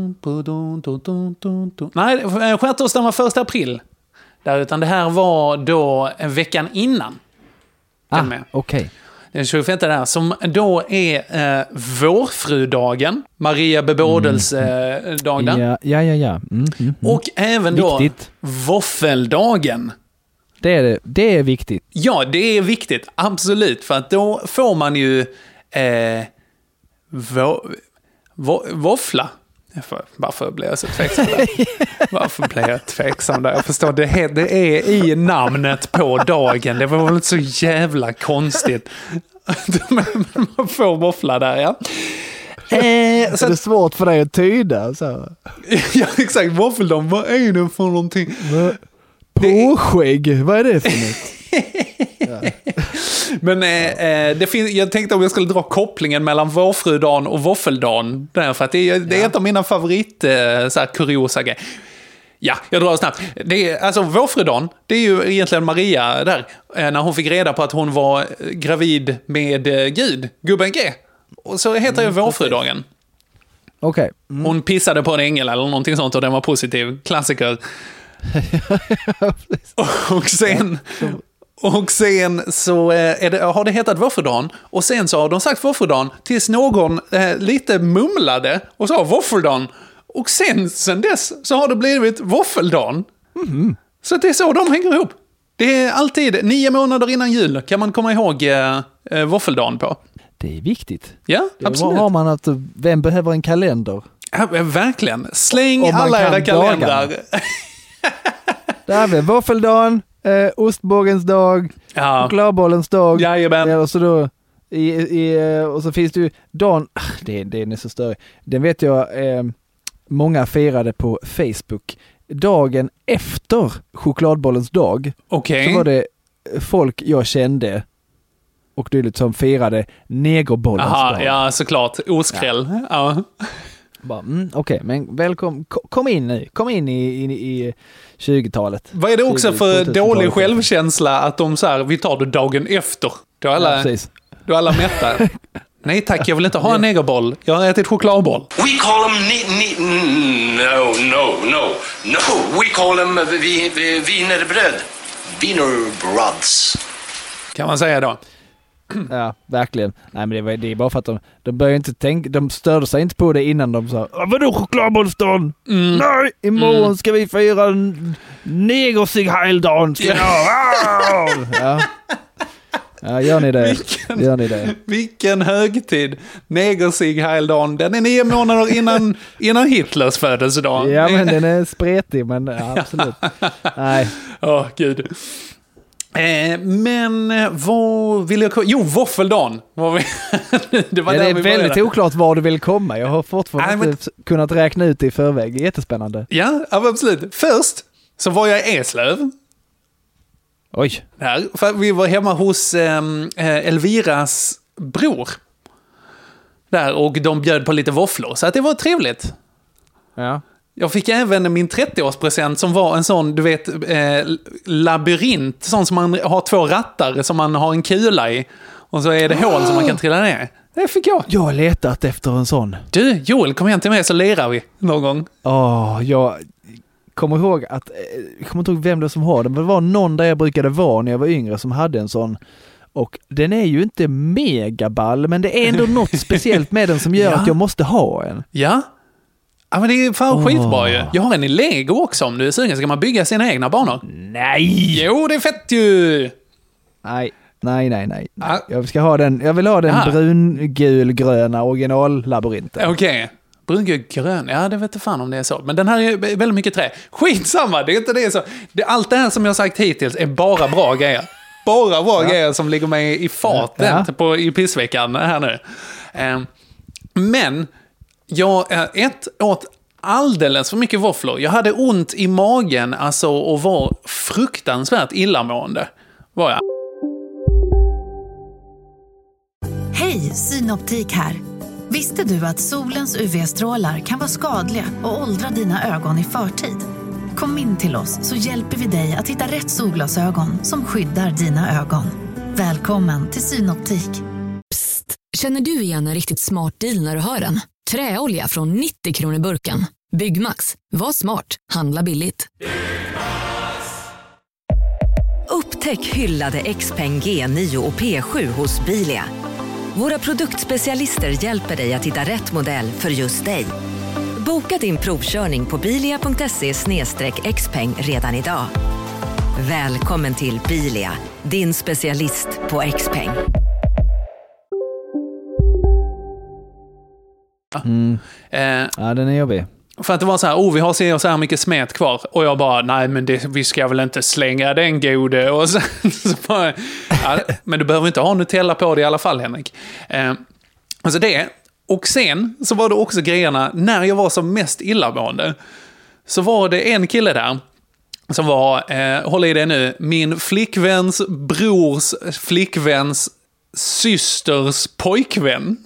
Nej, skärtorsdagen var första april. Där, utan det här var då veckan innan. Ah, okej. Okay. Den tjugofemte där, som då är eh, vårfrudagen, Maria bebådelsedagen. Mm. Ja, ja, ja. ja. Mm, mm, mm. Och även då viktigt. Våffeldagen. Det är, det. det är viktigt. Ja, det är viktigt, absolut. För att då får man ju eh, vå, vå, våffla. Varför blev jag så tveksam där? Varför blev jag tveksam där? Jag förstår, det, det är i namnet på dagen. Det var väl inte så jävla konstigt. Man får våffla där, ja. Eh, så det är svårt för dig att tyda. Så. Ja, exakt. Våffeldagen, vad är det för någonting? Påskägg, vad är det för något? Ja. Men eh, det finns, jag tänkte om jag skulle dra kopplingen mellan vårfrudagen och våffeldagen, därför att det är, det är ja. ett av mina favorit eh, så här kuriosa grejer. Ja, jag drar snabbt. Det är, alltså vårfrudagen, det är ju egentligen Maria där, eh, när hon fick reda på att hon var gravid med eh, Gud, gubben G. Och så heter mm, ju vårfrudagen. Okej. Okay. Mm. Hon pissade på en ängel eller någonting sånt och den var positiv. Klassiker. Och sen... Och sen så är det, har det hetat våffeldagen. Och sen så har de sagt våffeldagen tills någon eh, lite mumlade och sa våffeldagen. Och sen, sen dess så har det blivit våffeldagen. Mm. Så det är så de hänger ihop. Det är alltid nio månader innan jul kan man komma ihåg eh, eh, våffeldagen på. Det är viktigt. Ja, det absolut. Har man att, vem behöver en kalender? Ja, verkligen. Släng alla era kalendrar. Där är vi, våffeldagen. Eh, ostbågens dag, ja. Chokladbollens dag. Jajamän. Och så då i, i, och så finns det ju dagen, det, det är så större. Den vet jag eh, många firade på Facebook. Dagen efter chokladbollens dag. Okay. Så var det folk jag kände och det som firade negerbollens Aha, dag. Ja, såklart. Oskräll. Ja. ja. Mm, Okej, okay, men välkommen, kom in nu, kom in i, i, i tjugotalet. Vad är det också för dålig självkänsla att de så här, vi tar det dagen efter. Då är alla, ja, då är alla mätta. Nej tack, jag vill inte ha en negerboll. Jag har ätit chokladboll. We call them ni, ni, no, no, no, no. We call them vi, vi, wienerbröd. Wienerbröds. Kan man säga då. Ja, verkligen. Nej, men det, var, det är bara för att de, de började inte tänka, de störde sig inte på det innan de sa, vadå chokladbollsdagen? Mm. Nej, imorgon mm. ska vi fira negersigheildagen. Ska ja. ja. Ja, gör ni det? Vilken, gör ni det? Vilken högtid. Negersigheildagen, den är nio månader innan, innan Hitlers födelsedag. Ja, men den är spretig, men ja, absolut. Nej. Åh, oh, gud. Eh, men vad vill jag komma? Jo, våffeldagen. det var ja, det är väldigt oklart var du vill komma. Jag har fortfarande Nej, inte men... kunnat räkna ut det i förväg. Jättespännande. Ja, absolut. Först så var jag i Eslöv. Oj. Där, för vi var hemma hos eh, Elviras bror. Där, och de bjöd på lite våfflor. Så att det var trevligt. Ja. Jag fick även min trettioårspresent som var en sån, du vet, eh, labyrint. Sån som man har två rattar som man har en kula i. Och så är det hål som man kan trilla ner. Det fick jag. Jag har letat efter en sån. Du, Joel, kom hem till mig så lirar vi någon gång. Åh, oh, jag kommer ihåg att, jag kommer inte ihåg vem det som har den. Men det var någon där jag brukade vara när jag var yngre som hade en sån. Och den är ju inte megaball, men det är ändå något speciellt med den som gör ja. att jag måste ha en. Ja. Ja, men det är fan oh. skitbra ju. Jag har en i Lego också om du är sugen. Ska man bygga sina egna banor? Nej! Jo, det är fett ju! Nej, nej, nej, nej. Ah. Jag ska ha den, jag vill ha den ah. brun-gul-gröna originallabyrinten. Okej. Okay. Brun-gul-grön, ja det vet jag fan om det är så. Men den här är väldigt mycket trä. Skitsamma, det är inte det så. Det, allt det här som jag har sagt hittills är bara bra grejer. Bara bra ja. grejer som ligger mig i farten ja. på, i pissveckan här nu. Um, men... Jag ett åt alldeles för mycket våfflor. Jag hade ont i magen alltså och var fruktansvärt illamående var jag. Hej, Synoptik här. Visste du att solens U V-strålar kan vara skadliga och åldra dina ögon i förtid? Kom in till oss så hjälper vi dig att hitta rätt solglasögon som skyddar dina ögon. Välkommen till Synoptik. Psst, känner du igen en riktigt smart deal när du hör den? Träolja från nittio kronor burken. Byggmax, var smart, handla billigt. Upptäck hyllade Xpeng G nio och P sju hos Bilia. Våra produktspecialister hjälper dig att hitta rätt modell för just dig. Boka din provkörning på bilia punkt se slash xpeng redan idag. Välkommen till Bilia, din specialist på Xpeng. Mm. Eh, ja, den är jobbig. För att det var så här, oh, vi har så, så här mycket smet kvar. Och jag bara, nej men det, vi ska väl inte slänga den gode. Och så, så bara, ja, men du behöver inte ha Nutella på det i alla fall, Henrik. Eh, alltså det, och sen så var det också grejerna, när jag var som mest illamående, så var det en kille där som var, eh, håll i det nu, min flickväns brors flickväns systers pojkvän.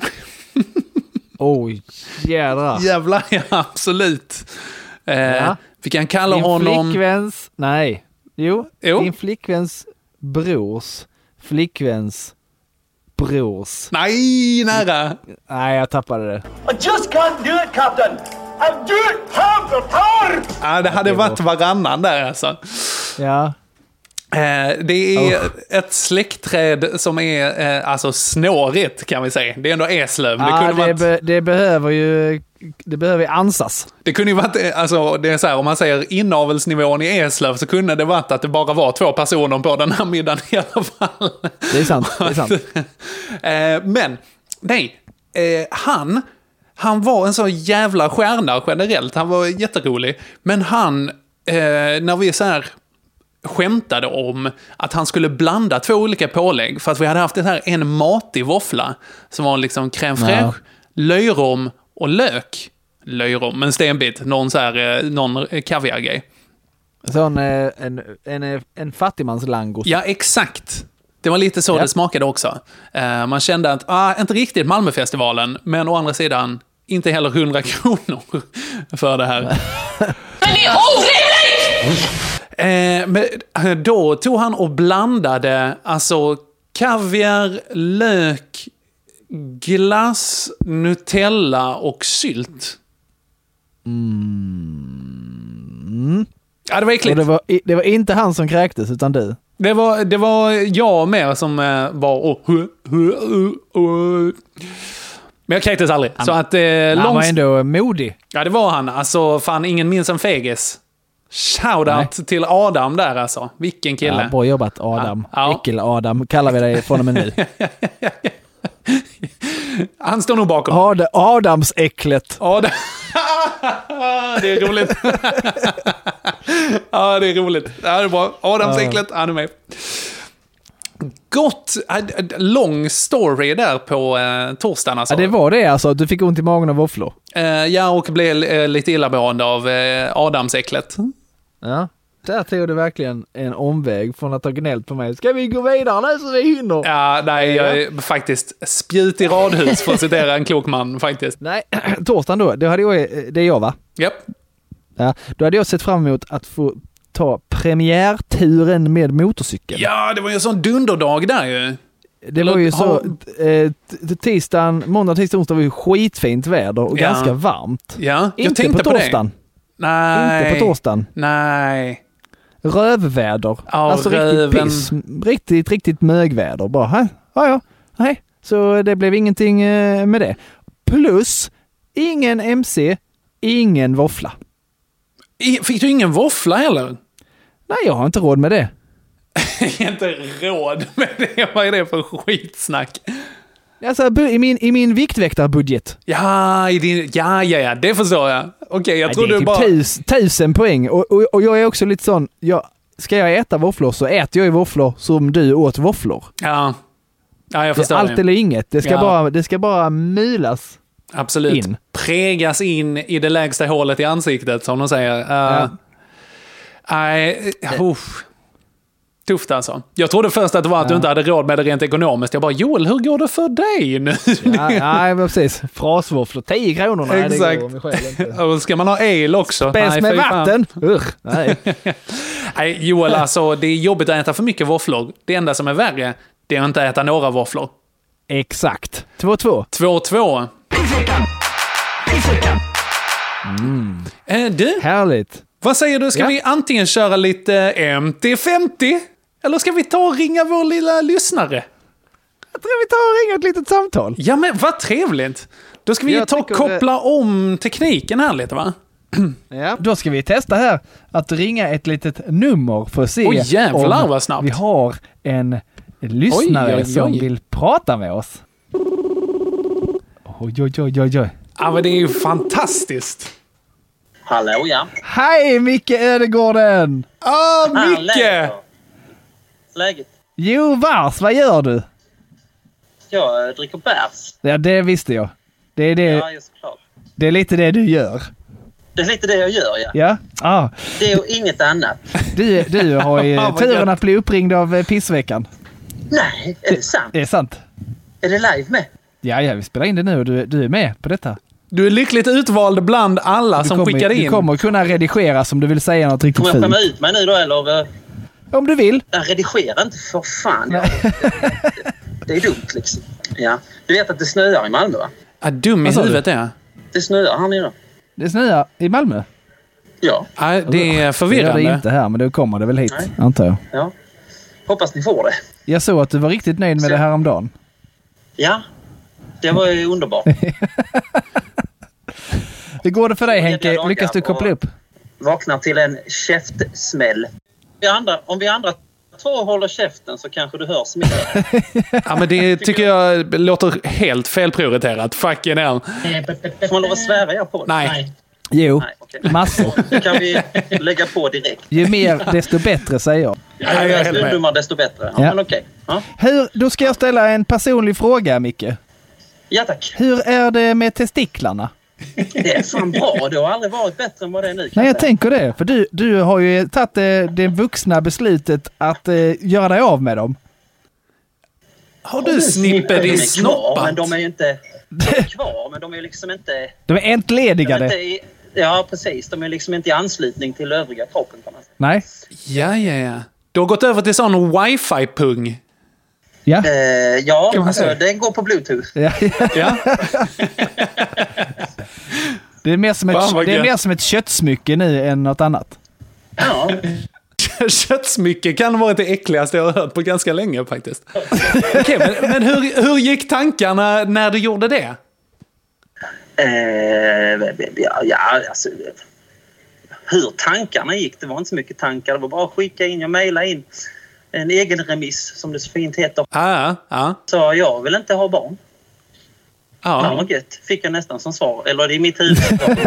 Oj, jädrar. Jävlar, ja, absolut. Eh, ja. Vi kan kalla din honom... flickväns... Nej. Jo, jo, din flickväns brors flickväns brors. Nej, nära. Nej, jag tappade det. I just can't do it, Captain. I'll do it time for time. Ja, det hade varit varannan där alltså. Ja. Eh, det är oh. ett släktträd som är eh, alltså snårigt, kan vi säga. Det är ändå Eslöv. Ja, det, kunde det, varit... be, det behöver ju det behöver ansas. Det kunde ju varit, alltså det är så här, om man säger inavelsnivån i Eslöv, så kunde det varit att det bara var två personer på den här middagen i alla fall. Det är sant, det är sant. eh, men, nej, eh, han han var en så jävla stjärna generellt. Han var jätterolig. Men han, eh, när vi så här skämtade om att han skulle blanda två olika pålägg, för att vi hade haft det här en matig våffla som var liksom crème fraîche, ja. löjrom och lök. Löjrom, en stenbit, någon så här, någon kaviargrej. Sån en, en, en fattigmanslangos. Ja, exakt. Det var lite så ja. det smakade också. Uh, man kände att, ah, inte riktigt Malmöfestivalen, men å andra sidan inte heller hundra kronor för det här. Men det är orimligt! Eh, men då tog han och blandade alltså kaviar, lök, glass, Nutella och sylt. Mm. Ja, det var äckligt. Och det var, det var inte han som kräktes, utan du. Det var, det var jag med som eh, var... Oh, uh, uh, uh, uh. Men jag kräktes aldrig. Han, så att, eh, han långs... var ändå modig. Ja, det var han. Alltså, fan, ingen minns en fegis. Shoutout till Adam där alltså. Vilken kille. Ja, bra jobbat Adam. Ja. Äckel-Adam kallar vi dig från och med nu. Han står nog bakom. Ad- Adams äcklet. Adam. Det är roligt. Ja, det är roligt. Ja, det är bra. Adams ja. äcklet, han är med. Gott, lång story där på eh, torsdagen alltså. Ja, det var det alltså. Du fick ont i magen av våfflor. Eh, ja, och blev eh, lite illamående av eh, Adams äcklet. Ja, där tog det verkligen en omväg från att ha gnällt på mig. Ska vi gå vidare nu så vi hinner? Ja, nej, jag är faktiskt spjut i radhus för att citera en klok man faktiskt. Nej, torsdagen då, det hade jag, det är jag va? Japp. Yep. Ja, då hade jag sett fram emot att få ta premiärturen med motorcykel. Ja, det var ju en sån dunderdag där ju. Det var ju så, eh, tisdagen, måndag, tisdag, onsdag var ju skitfint väder och ja. ganska varmt. Ja, jag inte tänkte på torsdagen. På det. Nej. Inte på torsdagen. Nej. Rövväder. Ja, alltså röven. riktigt piss. Riktigt, riktigt mögväder. Bara, hä? Ja, ja. Nej. Så det blev ingenting eh, med det. Plus, ingen M C, ingen våffla. I, fick du ingen våffla heller? Nej, jag har inte råd med det. Inte råd med det? Vad är det för skitsnack? Alltså, i min, i min viktväktarbudget. Ja, i din, ja, ja, ja, det förstår jag. Okej, okay, jag tror du typ bara... tus, tusen poäng. Och, och, och jag är också lite sån, jag, ska jag äta våfflor så äter jag ju våfflor som du åt våfflor. Ja, ja jag förstår. Det är allt det. eller inget. Det ska, ja. bara, det ska bara mylas. Absolut. In. Prägas in i det lägsta hålet i ansiktet, som de säger. Uh, ja. Nej, uh, Tufft alltså. Jag trodde först att det var att ja. du inte hade råd med det rent ekonomiskt. Jag bara, Joel, hur går det för dig nu? Ja, ja precis. Frasvåfflor, tio kronor. Nej, exakt. Och ska man ha el också? Späs nej, med vatten. Urgh, nej. nej, Joel, alltså det är jobbigt att äta för mycket våfflor. Det enda som är värre, det är att inte äta några våfflor. Exakt. två två. två två. Mm. Äh, du? Härligt. Vad säger du? Ska ja. vi antingen köra lite M T femtio? Eller ska vi ta och ringa vår lilla lyssnare? Jag tror vi tar och ringer ett litet samtal. Ja, men vad trevligt. Då ska vi jag ta och koppla det... om tekniken här lite, va? Ja. Då ska vi testa här att ringa ett litet nummer för att se oh, jävlar, om vad snabbt. vi har en lyssnare oj, oj, oj. som vill prata med oss. Oj, oj, oj, oj, oj. Ja, men det är ju fantastiskt. Hallå, ja. Hej, Micke Ödegården! Ah, Micke! Läget? Jo, vars, vad gör du? Jag dricker bärs. Ja, det visste jag. Det är, det, ja, just klart. Det är lite det du gör. Det är lite det jag gör, ja. Ja? Ah. Det är ju inget annat. Du, du har ju turen att bli uppringd av Pissveckan. Nej, är det sant? Det är sant. Är det live med? Ja, ja, vi spelar in det nu och du, du är med på detta. Du är lyckligt utvald bland alla du som kommer, skickar in. Du kommer kunna redigera som du vill säga något riktigt fint. Kommer jag skämma ut mig nu då, eller? Om du vill. Jag redigerar inte, för fan. Ja. det, det är dumt, liksom. Ja. Du vet att det snöar i Malmö, va? Ja, dum i huvudet är jag. Det snöar här nere. Det snöar i Malmö? Ja. ja det är förvirrande. Det gör det inte här, men det kommer det väl hit, nej. Antar jag. Ja. Hoppas ni får det. Jag såg att du var riktigt nöjd med Så. det här om dagen. Ja, det var ju underbart. Hur går det för dig, Henke? Lyckas du koppla upp? Vaknar till en käftsmäll. Vi andra, om vi andra två håller käften så kanske du hörs mer. Ja, men det tycker jag låter helt felprioriterat. Fucking hell. Får man lov att svära jag på det? Nej. Nej. Jo, Nej, okay. massor. Det kan vi lägga på direkt. Ju mer, desto bättre, säger jag. Ja, ju desto ungdomar, desto bättre. Ja, ja. Men okej. Ja. Hur, då ska jag ställa en personlig fråga, Micke. Ja, tack. Hur är det med testiklarna? Det är fan bra. Det har aldrig varit bättre än vad det är nu. Nej, jag tänker det. För du, du har ju tagit det, det vuxna beslutet att eh, göra dig av med dem. Har du snipper i snoppat? Men de är ju inte de är kvar, men de är liksom inte... De är entledigade. De är inte i, ja, precis. De är liksom inte i anslutning till övriga kroppen, kan man säga. Nej. Ja, ja, ja. Du har gått över till sån wifi-pung. Ja, eh, ja alltså, den går på Bluetooth. Ja, ja. Det är mer som ett, Fan, det är mer som ett köttsmycke nu än något annat. Ja. Köttsmycke kan vara det äckligaste jag har hört på ganska länge faktiskt. Okej, men, men hur, hur gick tankarna när du gjorde det? Eh, ja, ja, alltså... Hur tankarna gick, det var inte så mycket tankar. Det var bara att skicka in, jag mejlade in en egen remiss, som det så fint heter. Ah, ah. Så jag vill inte ha barn. Ja. Ja, vad gött. Fick jag nästan som svar. Eller det är mitt huvud.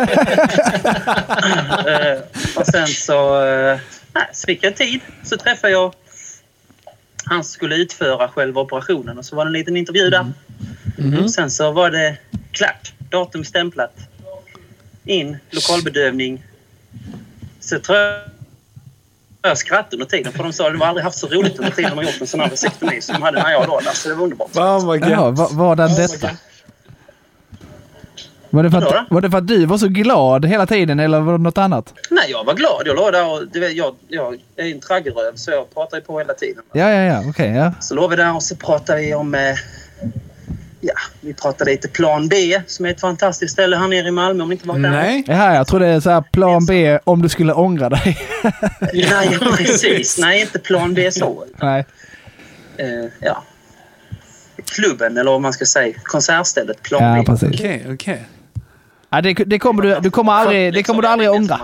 uh, och sen så, uh, nej, så fick jag tid. Så träffade jag. Han skulle utföra själva operationen. Och så var det en liten intervju där. Mm. Mm. Sen så var det klart. Datum stämplat. In, lokalbedövning. Så tror jag jag skrattade under tiden. För de sa att de har aldrig haft så roligt under tiden de har gjort en sån här vasektomi som de hade när jag var där. Så det var underbart. Oh my God. Ja, var, var den detta? Var det, för att, var det för att du var så glad hela tiden eller var det något annat? Nej, jag var glad. Jag låg där och du vet, jag, jag är en traggeröv så jag pratar ju på hela tiden. Ja, ja, ja. Okej, okay, ja. Så låg vi där och så pratade vi om... Eh, ja, vi pratade lite plan B som är ett fantastiskt ställe här nere i Malmö om ni inte var där. Nej. Ja, jag tror det är så här plan B om du skulle ångra dig. Nej, precis. Nej, inte plan B så. Nej. Eh, ja. Klubben, eller om man ska säga konsertstället, plan ja, B. Precis. Okej, okay, okej. Okay. Ja, det, det kommer du, du kommer aldrig, det kommer du aldrig ångra.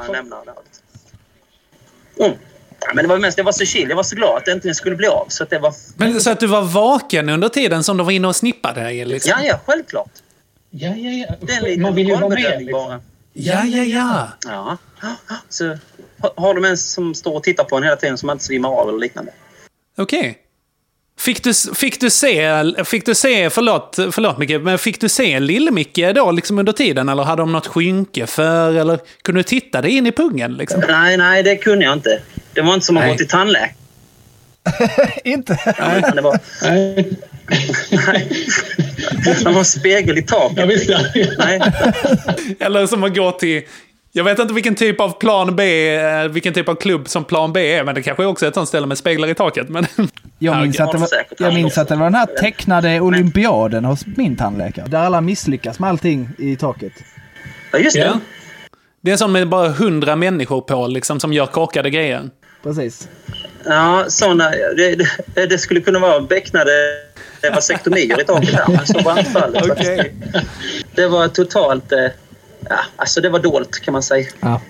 Mm. Ja, men det var mest, jag var så chill, jag var så glad att det inte skulle bli av. Så att det var... Men så att du var vaken under tiden som de var inne och snippade? Liksom. Ja, ja, självklart. Ja, ja, ja. Det är en man vill ju vara med. Liksom. Liksom. Ja, ja, ja. Ja. Så har de en som står och tittar på en hela tiden som man inte svimmar av eller liknande. Okej. Okay. Fick du, fick du se, fick du se, förlåt, förlåt Micke, men fick du se Lill-Micke då liksom under tiden? Eller hade de något skynke för, eller kunde du titta dig in i pungen liksom? Nej, nej, det kunde jag inte. Det var inte som att gå till tandläkaren. Inte? Nej, det var... Nej. Det var spegel i taket. Jag visste. Nej. Eller som att gå till... Jag vet inte vilken typ av plan B, vilken typ av klubb som plan B är, men det kanske också är ett sånt ställe med speglar i taket. Men... Jag minns, att det, var, jag minns att det var den här tecknade olympiaden hos min tandläkare. Där alla misslyckas med allting i taket. Ja, just det. Ja. Det är en sån med bara hundra människor på liksom, som gör korkade grejer. Precis. Ja, såna, det, det, det skulle kunna vara becknade vasektomier i taket här, men så var inte fallet. Okay. Det var totalt... Ja, alltså det var dolt kan man säga. Ja.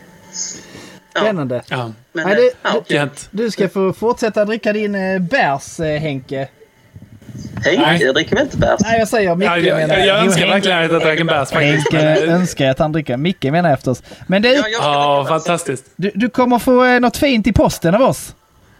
Spännande. Ja. Men, Nej, det, ja, okay. du, du ska få fortsätta dricka din eh, bärs, eh, Henke. Henke, Nej. jag dricker väl inte bärs? Nej, jag säger Micke. Ja, jag, jag, jag, jag önskar jo, verkligen att jag dricker bärs faktiskt. Henke önskar att han dricker. Micke menar efter oss. Men det, ja, ja fantastiskt. Du, du kommer få eh, något fint i posten av oss.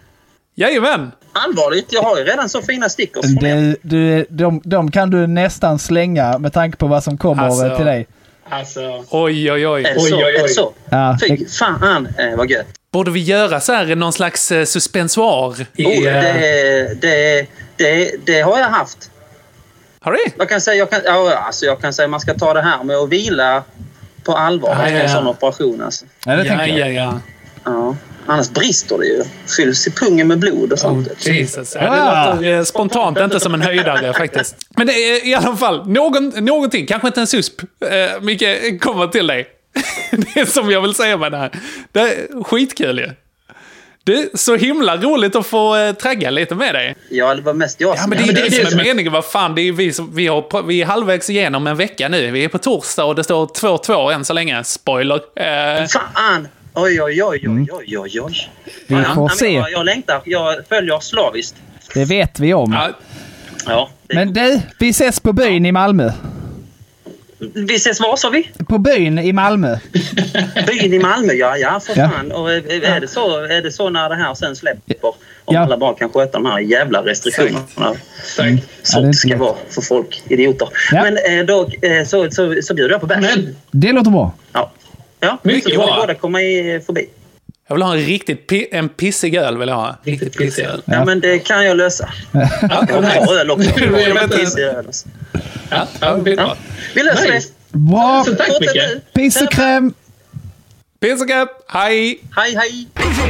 Jajamän. Allvarligt, jag har ju redan så fina stickers. Du, du, de, de kan du nästan slänga med tanke på vad som kommer alltså. till dig. Alltså. Oj, oj, oj. Är det så? Oj, oj, oj. Är det så? Ja. Fy fan, eh, vad gött. Borde vi göra så här någon slags eh, suspensoar? Yeah. Oh, det, det, det, det har jag haft. Har du? Jag kan säga, jag kan, ja, alltså jag kan säga att man ska ta det här med att vila på allvar. Ja, ja, ja. En sån operation. Alltså. Ja, det ja, tänker ja, jag. Ja. Ja. Annars brister det ju. Fylls i pungen med blod och sånt. Oh, Jesus. Ja, det låter eh, spontant inte som en höjdare faktiskt. Men det är i alla fall någon, någonting, kanske inte en susp, eh, Micke, kommer till dig. Det är som jag vill säga med det här. Det är skitkul ju. Det är så himla roligt att få eh, tragga lite med dig. Ja, det var mest jag som... Ja, men det är det, det, det som är meningen. Vad fan, det är vi som... Vi, har, vi är halvvägs igenom en vecka nu. Vi är på torsdag och det står två två än så länge. Spoiler. Eh. Fan! Oj, oj, oj, oj, oj, oj, oj. Vi ja, får ja, se. Jag, jag längtar. Jag följer slaviskt. Det vet vi om. Ja. Ja, men du, vi ses på byn i Malmö. Vi ses var, sa vi? På byn i Malmö. Byn i Malmö, ja, ja, för ja. fan. Och är det, så, är det så när det här sen släpper? Om ja. alla bara kan sköta de här jävla restriktionerna. Mm. Så ja, det ska vara för folk, idioter. Ja. Men eh, då eh, så, så, så bjuder jag på bärs. Det låter bra. Ja, ja mycket så bra. Så båda komma i, förbi. Jag vill ha en riktigt pi- en pissig öl, vill jag ha. Riktigt pissig öl. Ja, men det kan jag lösa. Ja, jag har öl också. Jag har pissig öl. Ja, ja, det är bra. Vi löser det. Bra. Så tack mycket. Piss och kräm. Piss och kräm. Hej. Hej, hej.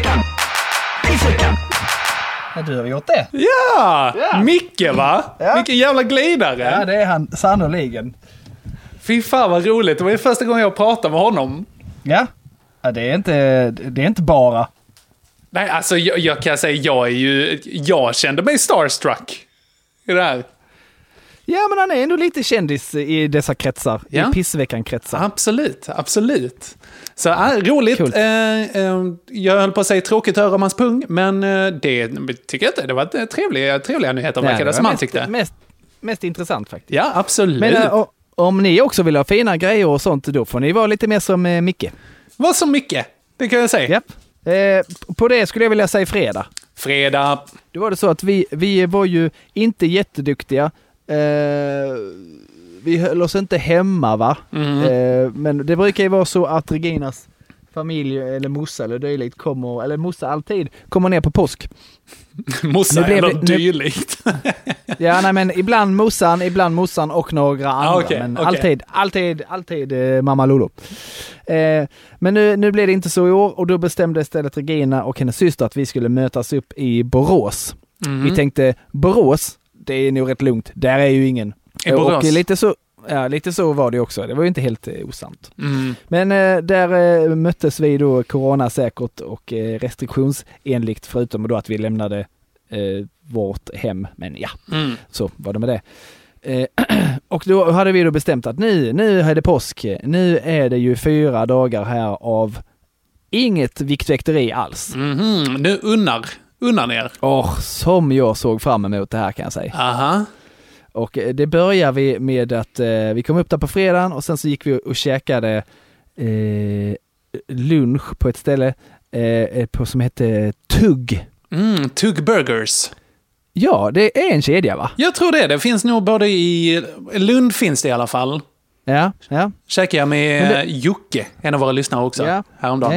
Ja, du har gjort det. Ja, ja. Micke va? Ja. Vilken jävla glidare. Ja, det är han sannoliken. Fy fan vad roligt. Det var ju första gången jag pratade med honom. Ja. Ja, det är inte, det är inte bara. Nej, alltså jag, jag kan säga, jag är ju, jag kände mig starstruck i det här. Ja, men han är ändå lite kändis i dessa kretsar, ja. I pissveckan-kretsar. Absolut, absolut. Så äh, roligt. Eh, eh, jag höll på att säga tråkigt att höra om hans pung, men eh, det tycker jag inte. Det var trevliga, trevliga nyheter, verkar det som han tyckte. Mest, mest intressant faktiskt. Ja, absolut. Men äh, och, om ni också vill ha fina grejer och sånt, då får ni vara lite mer som eh, Micke. Vad som Micke? Det kan jag säga. Japp. Eh, på det skulle jag vilja säga fredag. Fredag. Då var det så att vi, vi var ju inte jätteduktiga. Eh, vi höll oss inte hemma va? Mm. Eh, men det brukar ju vara så att Reginas familj eller mossa eller dylikt kommer, eller mossa alltid kommer ner på påsk. Mossa är något dylikt. Ja, nej men ibland mossan, ibland mossan och några andra. Ah, okay, men okay. alltid, alltid, alltid eh, mamma Lolo. Eh, men nu, nu blev det inte så i år och då bestämde istället Regina och hennes syster att vi skulle mötas upp i Borås. Mm. Vi tänkte, Borås, det är nog rätt lugnt. Där är ju ingen. I Borås? Och lite så, ja, lite så var det också. Det var ju inte helt eh, osant. Mm. Men eh, där eh, möttes vi då coronasäkert och eh, restriktionsenligt, förutom då att vi lämnade eh, vårt hem. Men ja, mm. så var det med det. Eh, och då hade vi då bestämt att nu, nu är det påsk. Nu är det ju fyra dagar här av inget viktväkteri alls. Mm-hmm. Nu unnar, unnar ner. Åh, som jag såg fram emot det här kan jag säga. Aha. Och det börjar vi med att eh, vi kom upp där på fredagen och sen så gick vi och käkade eh, lunch på ett ställe eh, på, som hette Tugg. Mm, Tugg Burgers. Ja, det är en kedja va? Jag tror det. Det finns nog både i Lund finns det i alla fall. Ja, ja. Käkade jag med det... Jocke, en av våra lyssnare också, ja. häromdagen. Ja, ja, ja.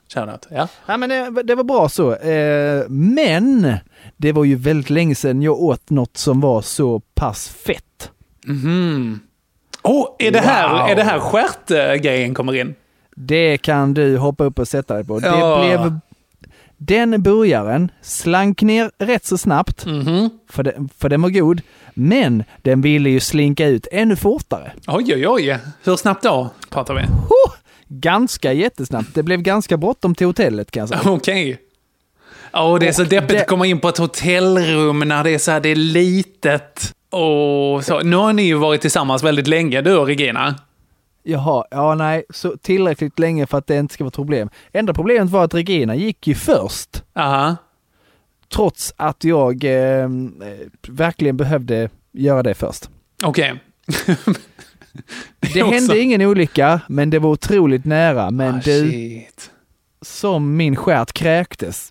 Shoutout, ja. Ja, men det, det var bra så. Eh, men det var ju väldigt länge sedan jag åt något som var så pass fett. Mhm. Åh, är det här, Wow. är det här stjärt-grejen kommer in? Det kan du hoppa upp och sätta dig på. Ja. Det blev... Den burgaren slank ner rätt så snabbt, mm-hmm. för, det, för den var god, men den ville ju slinka ut ännu fortare. Oj, oj, oj. Hur snabbt då pratar vi? Oh, ganska jättesnabbt. Det blev ganska bråttom till hotellet kan jag säga. Okej. Okay. Oh, det är så deppigt det... att komma in på ett hotellrum när det är så här, det är litet. Och så. Nu har ni ju varit tillsammans väldigt länge, du och Regina. Jaha, ja nej, så tillräckligt länge för att det inte ska vara ett problem. Enda problemet var att Regina gick ju först. Aha. Trots att jag eh, verkligen behövde göra det först. Okej. Okay. det det hände också... ingen olycka, men det var otroligt nära. Men ah, du, shit. Som min stjärt kräktes.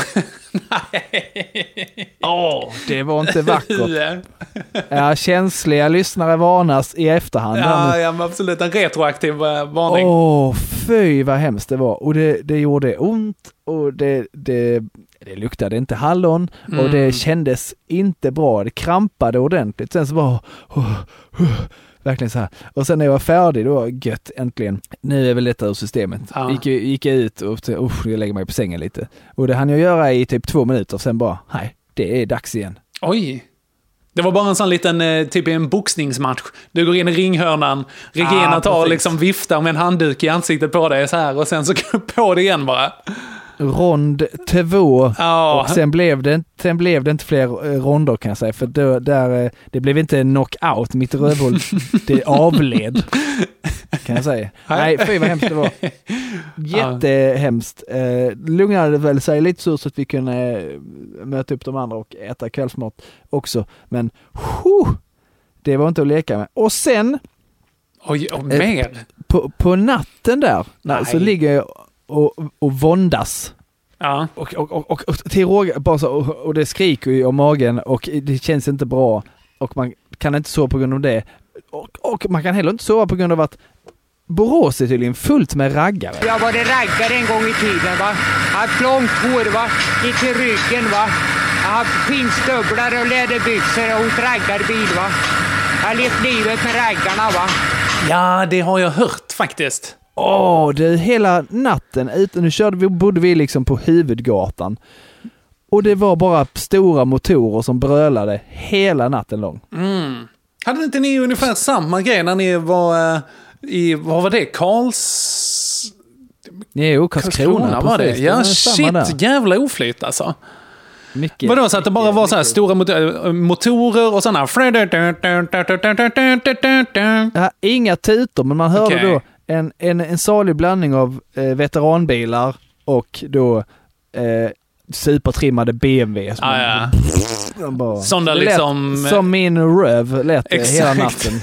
Åh, oh, det var inte vackert. Ja, känsliga lyssnare varnas i efterhand. Ja, ja men absolut. En retroaktiv uh, varning. Åh, oh, fy vad hemskt det var. Och det, det gjorde ont. Och det, det, det luktade inte hallon. Mm. Och det kändes inte bra. Det krampade ordentligt. Sen så var oh, oh, verkligen så här. Och sen när jag var färdig, då var gött äntligen. Nu är väl detta ur systemet. Ja. Gick, gick jag ut och uh, jag lägger mig på sängen lite. Och det hann jag göra i typ två minuter. Sen bara, nej, det är dags igen. Oj. Det var bara en sån liten, typ en boxningsmatch. Du går in i ringhörnan. Regina ah, tar och liksom viftar med en handduk i ansiktet på dig så här. Och sen så på det igen bara. Rond två. Oh. Och sen blev, det, sen blev det inte fler ronder kan jag säga. För då, där, det blev inte en knockout. Mitt rövhål, det avled. Kan jag säga. Nej, fy vad hemskt det var. Jättehemskt. Eh, lugnade väl sig lite så, så att vi kunde möta upp de andra och äta kvällsmat också. Men huh, det var inte att leka med. Och sen Oj, och mer. Eh, på, på natten där nej. Så ligger jag och, och våndas. Ja. Och, och, och, och, och till råga, bara så, och, och det skriker ju om magen och det känns inte bra. Och man kan inte sova på grund av det. Och, och man kan heller inte sova på grund av att Borås är tydligen fullt med raggare. Jag var raggare en gång i tiden, va. Jag har haft långt hår, va. Lite till ryggen, va. Jag har haft skinnstövlar och läderbyxor och ett raggarbil, va. Jag har levt livet med raggarna, va. Ja, det har jag hört faktiskt. Åh, oh, det hela natten ute. Nu körde vi, bodde vi liksom på huvudgatan. Och det var bara stora motorer som brölade hela natten lång. Mm. Hade inte ni ungefär samma grej när ni var i, vad var det? Karls... Jo, Karlskrona, Karlskrona var det. Ja, shit, jävla oflyt alltså. Mycket. Vadå, så att det bara var så här stora motorer och sådana ja, inga tutor, men man hörde okay. då en, en, en salig blandning av eh, veteranbilar och då eh, supertrimmade B M W. Ah, ja. Bara, sådana liksom... Som min röv lät det hela natten.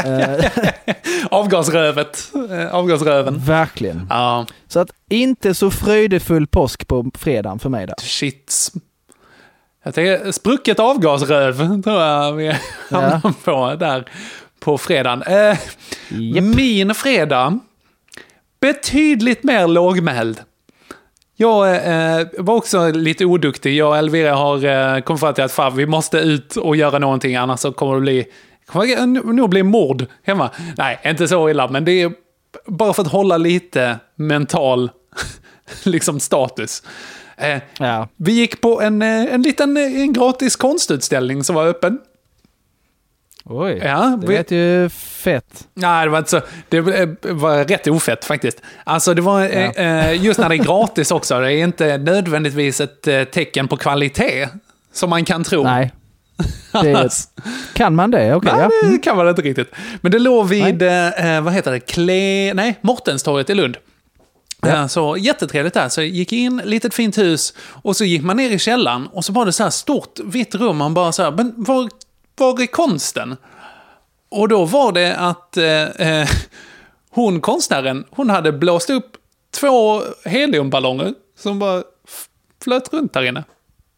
Avgasrövet. Avgasröven. Verkligen. Ja. Så att inte så fröjdefull påsk på fredagen för mig där. Shit. Jag tänker, sprucket avgasröv tror jag vi hamnar ja. på där på fredagen. Eh, yep. Min fredag betydligt mer lågmäld. Jag eh, var också lite oduktig. Jag och Elvira har eh, kommit fram till att fan, vi måste ut och göra någonting, annars så kommer det bli kommer nog bli mord hemma. Nej, inte så illa, men det är bara för att hålla lite mental liksom status. Eh, ja. Vi gick på en, en liten en gratis konstutställning som var öppen. Oj, ja, det vet ju fett. Nej, det var inte så. Det var rätt ofett faktiskt. Alltså det var ja. eh, just när det är gratis också. Det är inte nödvändigtvis ett eh, tecken på kvalitet som man kan tro. Nej. Det, kan man det? Okay, nej, ja. det kan man inte riktigt. Men det låg vid, eh, vad heter det? Kle... Nej, Mortenstorget i Lund. Ja. Så jättetrevligt där. Så jag gick in, litet fint hus. Och så gick man ner i källaren. Och så var det så här stort vitt rum. Man bara så här, men var, var är konsten? Och då var det att eh, hon, konstnären, hon hade blåst upp två heliumballonger som bara flöt runt där inne.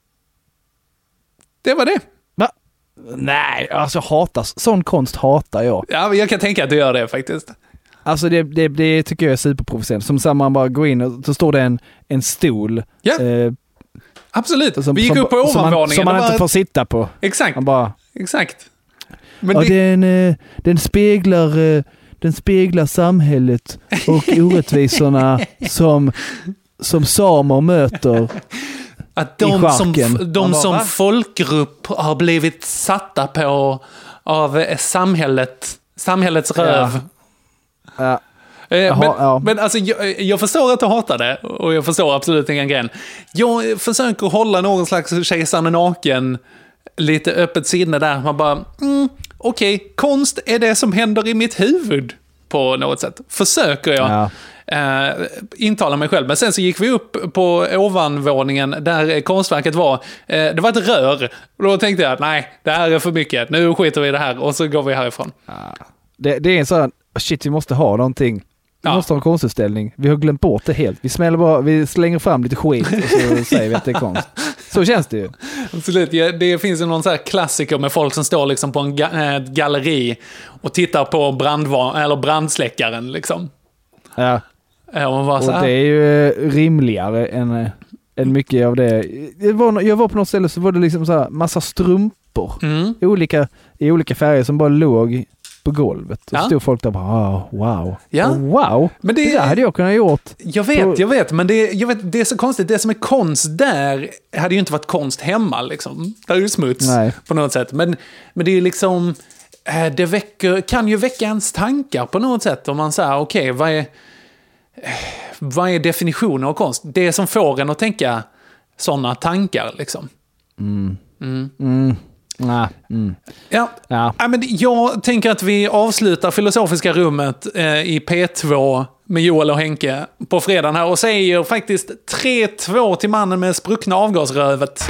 Det var det. Va? Nej, alltså hatas. Sån konst hatar jag. Ja, jag kan tänka att du gör det faktiskt. Alltså det, det, det tycker jag är superprovocerande. Som så man bara går in och så står det en, en stol. Ja, eh, absolut. som, Vi gick som, upp på ovanvåningen. Som man, som man bara... inte får sitta på. Exakt. Man bara... Exakt. Men ja, det... den, eh, den speglar... Eh, den speglar samhället och orättvisorna som, som samer möter. Att de, som, de som folkgrupp har blivit satta på av samhället, samhällets röv. Ja. Ja. Jaha, men, ja. men alltså, jag, jag förstår att du hatar det och jag förstår absolut ingen gren. Jag försöker hålla någon slags kejsaren naken, lite öppet sinne där. Man bara, mm, okej, okay, konst är det som händer i mitt huvud på något sätt. Försöker jag. Ja. Uh, intala mig själv. Men sen så gick vi upp på ovanvåningen där konstverket var. Uh, det var ett rör. Och då tänkte jag att nej, det här är för mycket. Nu skiter vi i det här och så går vi härifrån. Ja. Det, det är en sån, shit, vi måste ha någonting. Vi ja. måste ha en konstutställning. Vi har glömt bort det helt. Vi smäller bara, vi slänger fram lite skit och så säger vi att det är konst. Så känns det ju. Absolut. Ja, det finns ju någon så här klassiker med folk som står liksom på en ga- ett galleri och tittar på brandva- eller brandsläckaren liksom. Ja. Och, och det är ju rimligare än, än mycket av det. Jag var, jag var på något ställe så var det liksom så här massa strumpor mm. i, olika, i olika färger som bara låg på golvet. Och ja. stod folk där bara, oh, wow. Ja. Oh, wow. Men det, det där hade jag kunnat gjort. Jag vet, på... jag vet. Men det, jag vet, det är så konstigt. Det som är konst där hade ju inte varit konst hemma. Liksom. Där är ju smuts. Nej. På något sätt. Men, men det är ju liksom... Det väcker, kan ju väcka ens tankar på något sätt. Om man säger, okej, okay, vad är... Vad är definitionen av konst? Det som får en att tänka sådana tankar, liksom. Mm. Mm. Mm. Nah. Mm. Ja. Ja. Ja, men jag tänker att vi avslutar Filosofiska rummet eh, i P två med Joel och Henke på fredagen här och säger faktiskt tre två till mannen med spruckna avgasrövet.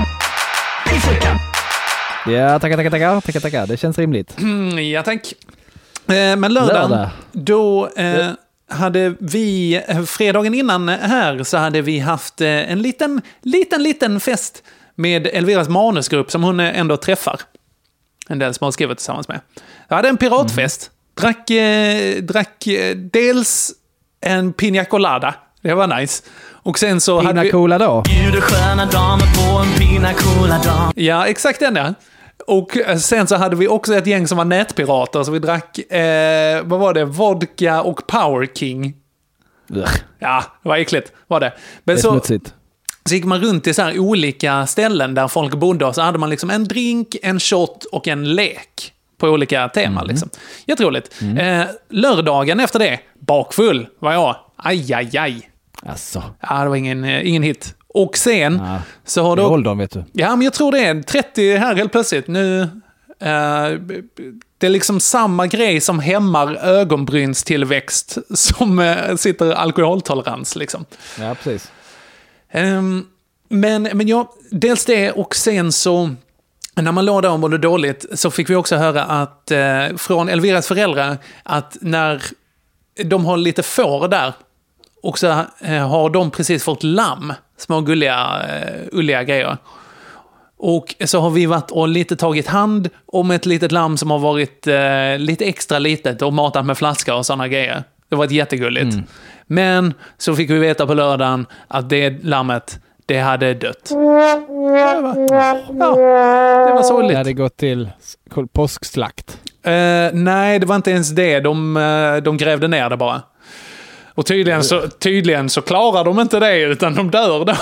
Ja, tackar, tackar, tackar, tackar, tackar. Det känns rimligt. Mm, ja, tack. Eh, men lördagen, Lördag. då... Eh, ja. hade vi, fredagen innan här så hade vi haft en liten, liten, liten fest med Elviras manusgrupp som hon ändå träffar. En del som har skrivit tillsammans med. Jag hade en piratfest. Mm. Drack, eh, drack eh, dels en pina colada. Det var nice. Och sen så pina hade vi... Cola då? Bjuder sköna damer på en pina colada. Ja, exakt den ja. Och sen så hade vi också ett gäng som var nätpirater. Så vi drack, eh, vad var det? Vodka och Power King. Ugh. Ja, det var äckligt, var det. Men det är så, smutsigt. Så gick man runt i så här olika ställen där folk bodde. Och så hade man liksom en drink, en shot och en lek. På olika teman mm. liksom. Jätteroligt. Mm. Eh, lördagen efter det, bakfull var jag. Aj, aj, aj. Asså. Ja, det var ingen, ingen hit. Och sen ja. så har du... åldern, vet du. Ja, men jag tror det är trettio här helt plötsligt. Nu, uh, det är liksom samma grej som hämmar ögonbrynstillväxt som uh, sitter alkoholtolerans liksom. Ja, precis. Um, men, men ja, dels det och sen så när man låg där och mådde dåligt så fick vi också höra att uh, från Elviras föräldrar att när de har lite får där och så uh, har de precis fått lamm. Små gulliga, uh, ulliga grejer. Och så har vi varit och lite tagit hand om ett litet lamm som har varit uh, lite extra litet och matat med flaskor och sådana grejer. Det var ett jättegulligt. Mm. Men så fick vi veta på lördagen att det lammet, det hade dött. Det var, ja, det var sorgligt. Det hade gått till påskslakt. Uh, nej, det var inte ens det. De, uh, de grävde ner det bara. Och tydligen så, tydligen så klarar de inte det utan de dör då.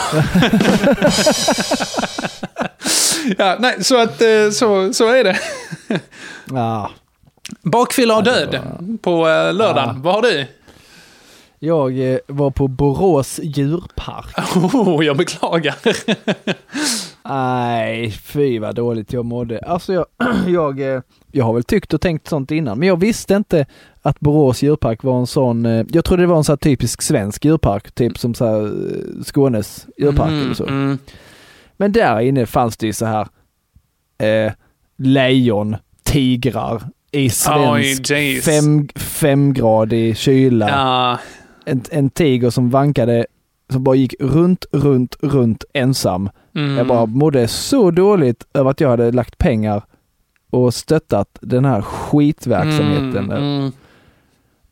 Ja, nej, så att så, så är det. Ja. Bakfylla och död på lördagen. Ja. Vad har du? Jag eh, var på Borås djurpark. Oh, jag beklagar. Nej, fy vad dåligt jag mådde. Alltså jag, jag, jag har väl tyckt och tänkt sånt innan. Men jag visste inte att Borås djurpark var en sån... Jag trodde det var en sån här typisk svensk djurpark. Typ som så här Skånes djurpark mm, eller så. Mm. Men där inne fanns det ju så här eh, lejon, tigrar i svensk oh, fem, femgradig kyla. Ja. En, en tiger som vankade, som bara gick runt, runt, runt ensam. Mm. Jag bara mådde så dåligt över att jag hade lagt pengar och stöttat den här skitverksamheten. Mm, mm.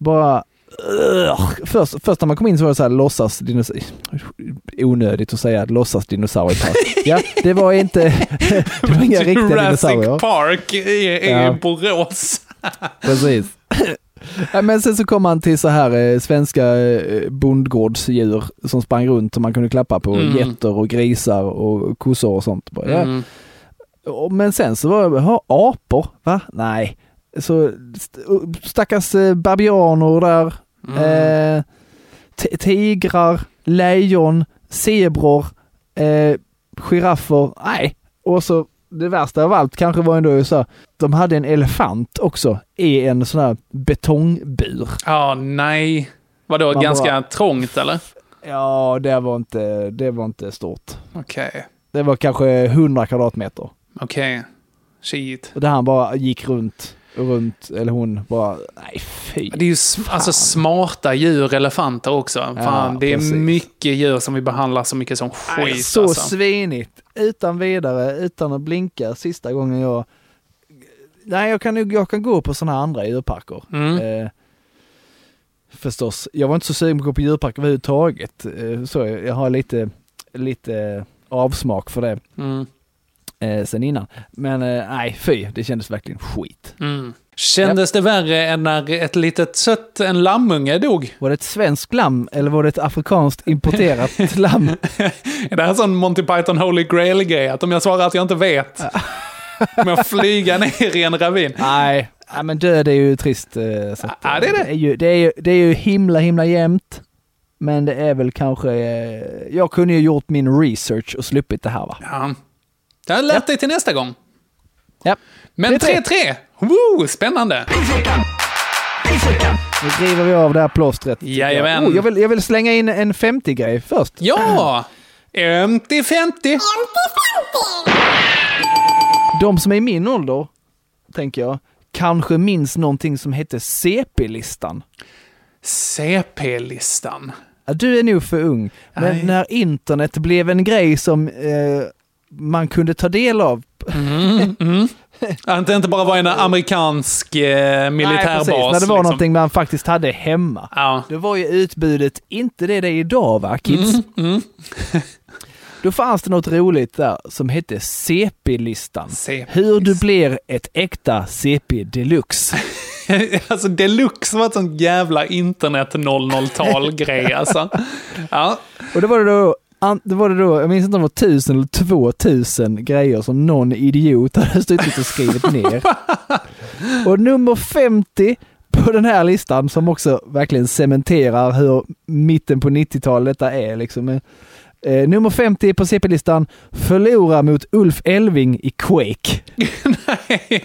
bara uh, först, först när man kom in så var det så här låtsas dinosaurier, onödigt att säga att låtsas dinosauriepark. Ja, det var inte det var inga riktiga dinosaurier. Jurassic Park i, i ja. Borås. Precis. Ja, men sen så kom man till så här eh, svenska eh, bondgårdsdjur som sprang runt och man kunde klappa på mm. getter och grisar och kossor och sånt. Bara, ja. Mm. och, men sen så var det, ha, apor, va? Nej. Så st- stackars eh, babianer där, mm. eh, t- tigrar, lejon, zebror, eh, giraffer, nej. Och så det värsta av allt kanske var ändå så de hade en elefant också i en sån här betongbur. Ja, oh, nej. Var det ganska bara, trångt eller? Ja, det var inte det var inte stort. Okej. Okay. Det var kanske hundra kvadratmeter. Okej. Okay. Shit. Och där han bara gick runt runt eller hon bara nej fy. Det är ju fan. Alltså smarta djur, elefanter också. Fan, ja, det är precis. Mycket djur som vi behandlar så mycket som skit. Nej, så alltså. Svinigt. Utan vidare, utan att blinka sista gången jag nej jag kan jag kan gå på såna andra djurparker. Mm. Eh, förstås. Jag var inte så sugen på att gå på djurparker överhuvudtaget. Eh, så jag har lite lite avsmak för det. Mm. Eh, sen innan. Men eh, nej, fy, det kändes verkligen skit. Mm. Kändes det värre än när ett litet sött, en lammunge dog? Var det ett svenskt lamm eller var det ett afrikanskt importerat lamm? Det här är en sån Monty Python Holy Grail-grej, att om jag svarar att jag inte vet, om jag flyger ner i en ravin. Nej, ja, men död är ju trist. Så att, ja, det är det. Det är, ju, det, är ju, det är ju himla, himla jämnt. Men det är väl kanske... Jag kunde ju gjort min research och sluppit det här, va? Ja. Jag har lärt ja. dig till nästa gång. Ja. Men tre tre! Woo, spännande! Nu driver vi av det här plåstret. Jajamän. Oh, jag, vill, jag vill slänga in en femtio-grej först. Ja! femtio femtio! De som är i min ålder, tänker jag, kanske minns någonting som heter C P-listan. C P-listan? Ja, du är nog för ung. Men Nej. när internet blev en grej som... Eh, man kunde ta del av. Mm, mm. Att det inte bara var en amerikansk eh, militärbas. Nej, precis. När det var liksom. någonting man faktiskt hade hemma. Ja. Det var ju utbudet, inte det det är idag, va, kids? Mm, mm. Då fanns det något roligt där som hette C P-listan. C P. Hur du blir ett äkta C P deluxe. Alltså deluxe var ett sånt jävla internet noll noll-tal-grej alltså. Ja. Och då var det då Det var det då, jag minns inte om det var tusen eller två tusen grejer som någon idiot hade stått och skrivit ner. Och nummer femtio på den här listan, som också verkligen cementerar hur mitten på nittiotalet detta är liksom. Eh, nummer femtio på C P-listan: förlora mot Ulf Elving i Quake. Nej.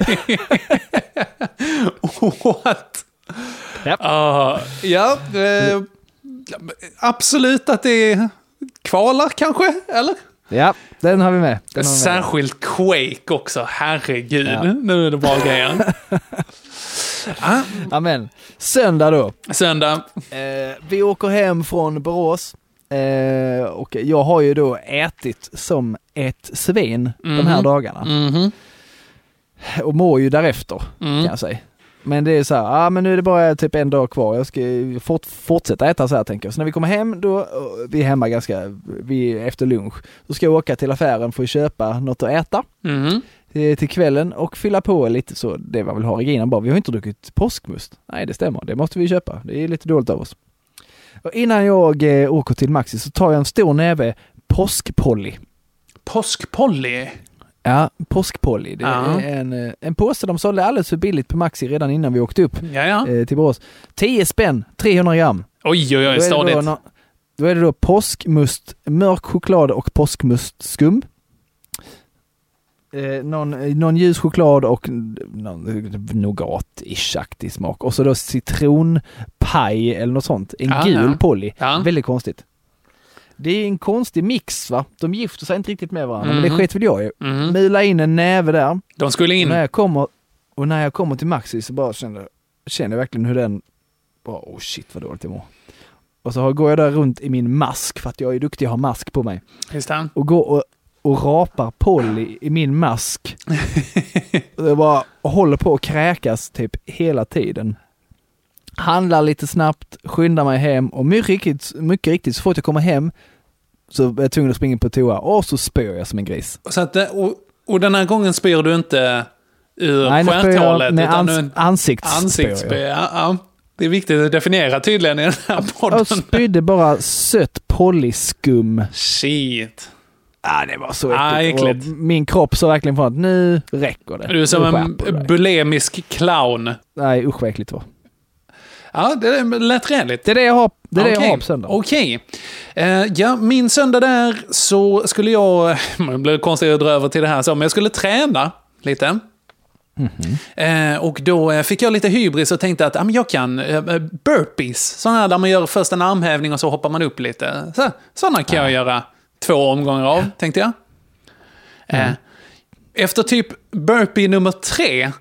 What? Yep. Uh, ja, eh, absolut att det är kvalar kanske, eller? Ja, den har vi med. Den har vi med. Särskilt Quake också, herregud. Ja. Nu är det bra grejer. ah. Amen. Söndag då. Söndag. Eh, vi åker hem från Borås. Eh, och jag har ju då ätit som ett svin mm. de här dagarna. Mm. Och mår ju därefter, mm. kan jag säga. Men det är så här, ja ah, men nu är det bara typ en dag kvar. Jag ska fort, fortsätta äta så här, tänker jag. Så när vi kommer hem, då, vi är hemma ganska, vi efter lunch. Då ska jag åka till affären för att köpa något att äta mm. till, till kvällen och fylla på lite så. Det var väl ha Regina bara, vi har inte druckit påskmust. Nej, det stämmer, det måste vi köpa. Det är lite dåligt av oss. Och innan jag eh, åker till Maxi så tar jag en stor näve påskpolly. Påskpolly? Ja, påskpolly. Det ja. är en, en påse de sålde alldeles för billigt på Maxi redan innan vi åkte upp ja, ja. Eh, till Borås. tio spänn, trehundra gram. Oj, oj, oj, stadigt. Då, no, då är det då påskmust, mörk choklad och påskmustskum. Eh, någon, någon ljus choklad och någon nougat-ish-aktig smak. Och så då citronpaj eller något sånt. En ja, gul ja. polly. Ja. Väldigt konstigt. Det är en konstig mix, va? De gifter sig inte riktigt med varandra, Mm. men det sket väl jag ju. Mm. Mila in en näve där. De skulle in. Och när jag kommer, och när jag kommer till Maxi så bara känner, känner jag verkligen hur den bara, oh shit vad dåligt jag mår. Och så går jag där runt i min mask, för att jag är duktig att ha mask på mig. Just det. Och går och, och rapar Polly i min mask. Och jag bara håller på att kräkas typ hela tiden. handlar lite snabbt, skyndar mig hem och mycket riktigt, mycket riktigt så fort jag kommer hem så är jag tvungen att springa på toa och så spyr jag som en gris. Så att, och, och den här gången spyr du inte ur Nej, stjärthålet med utan ans- ansiktsspyr. ansiktsspyr. Ja, ja. Det är viktigt att definiera tydligen i den här podden. Jag spydde bara sött polyskum. Shit. Ah, det var så ah, äckligt. Och min kropp så verkligen från att nu räcker det. Du är som en bulimisk clown. Nej, usch vad äckligt var. Ja, det är lätt rädligt. Det är det jag har, det är okay. det jag har på söndag. Okej. Okay. Uh, ja, min söndag där så skulle jag... Det blir konstigt att dra över till det här så, men jag skulle träna lite. Mm-hmm. Uh, och då fick jag lite hybris och tänkte att uh, jag kan uh, burpees. Sådana här där man gör först en armhävning och så hoppar man upp lite. Så, sådana kan ja. jag göra två omgångar av, tänkte jag. Mm. Uh, efter typ burpee nummer tre...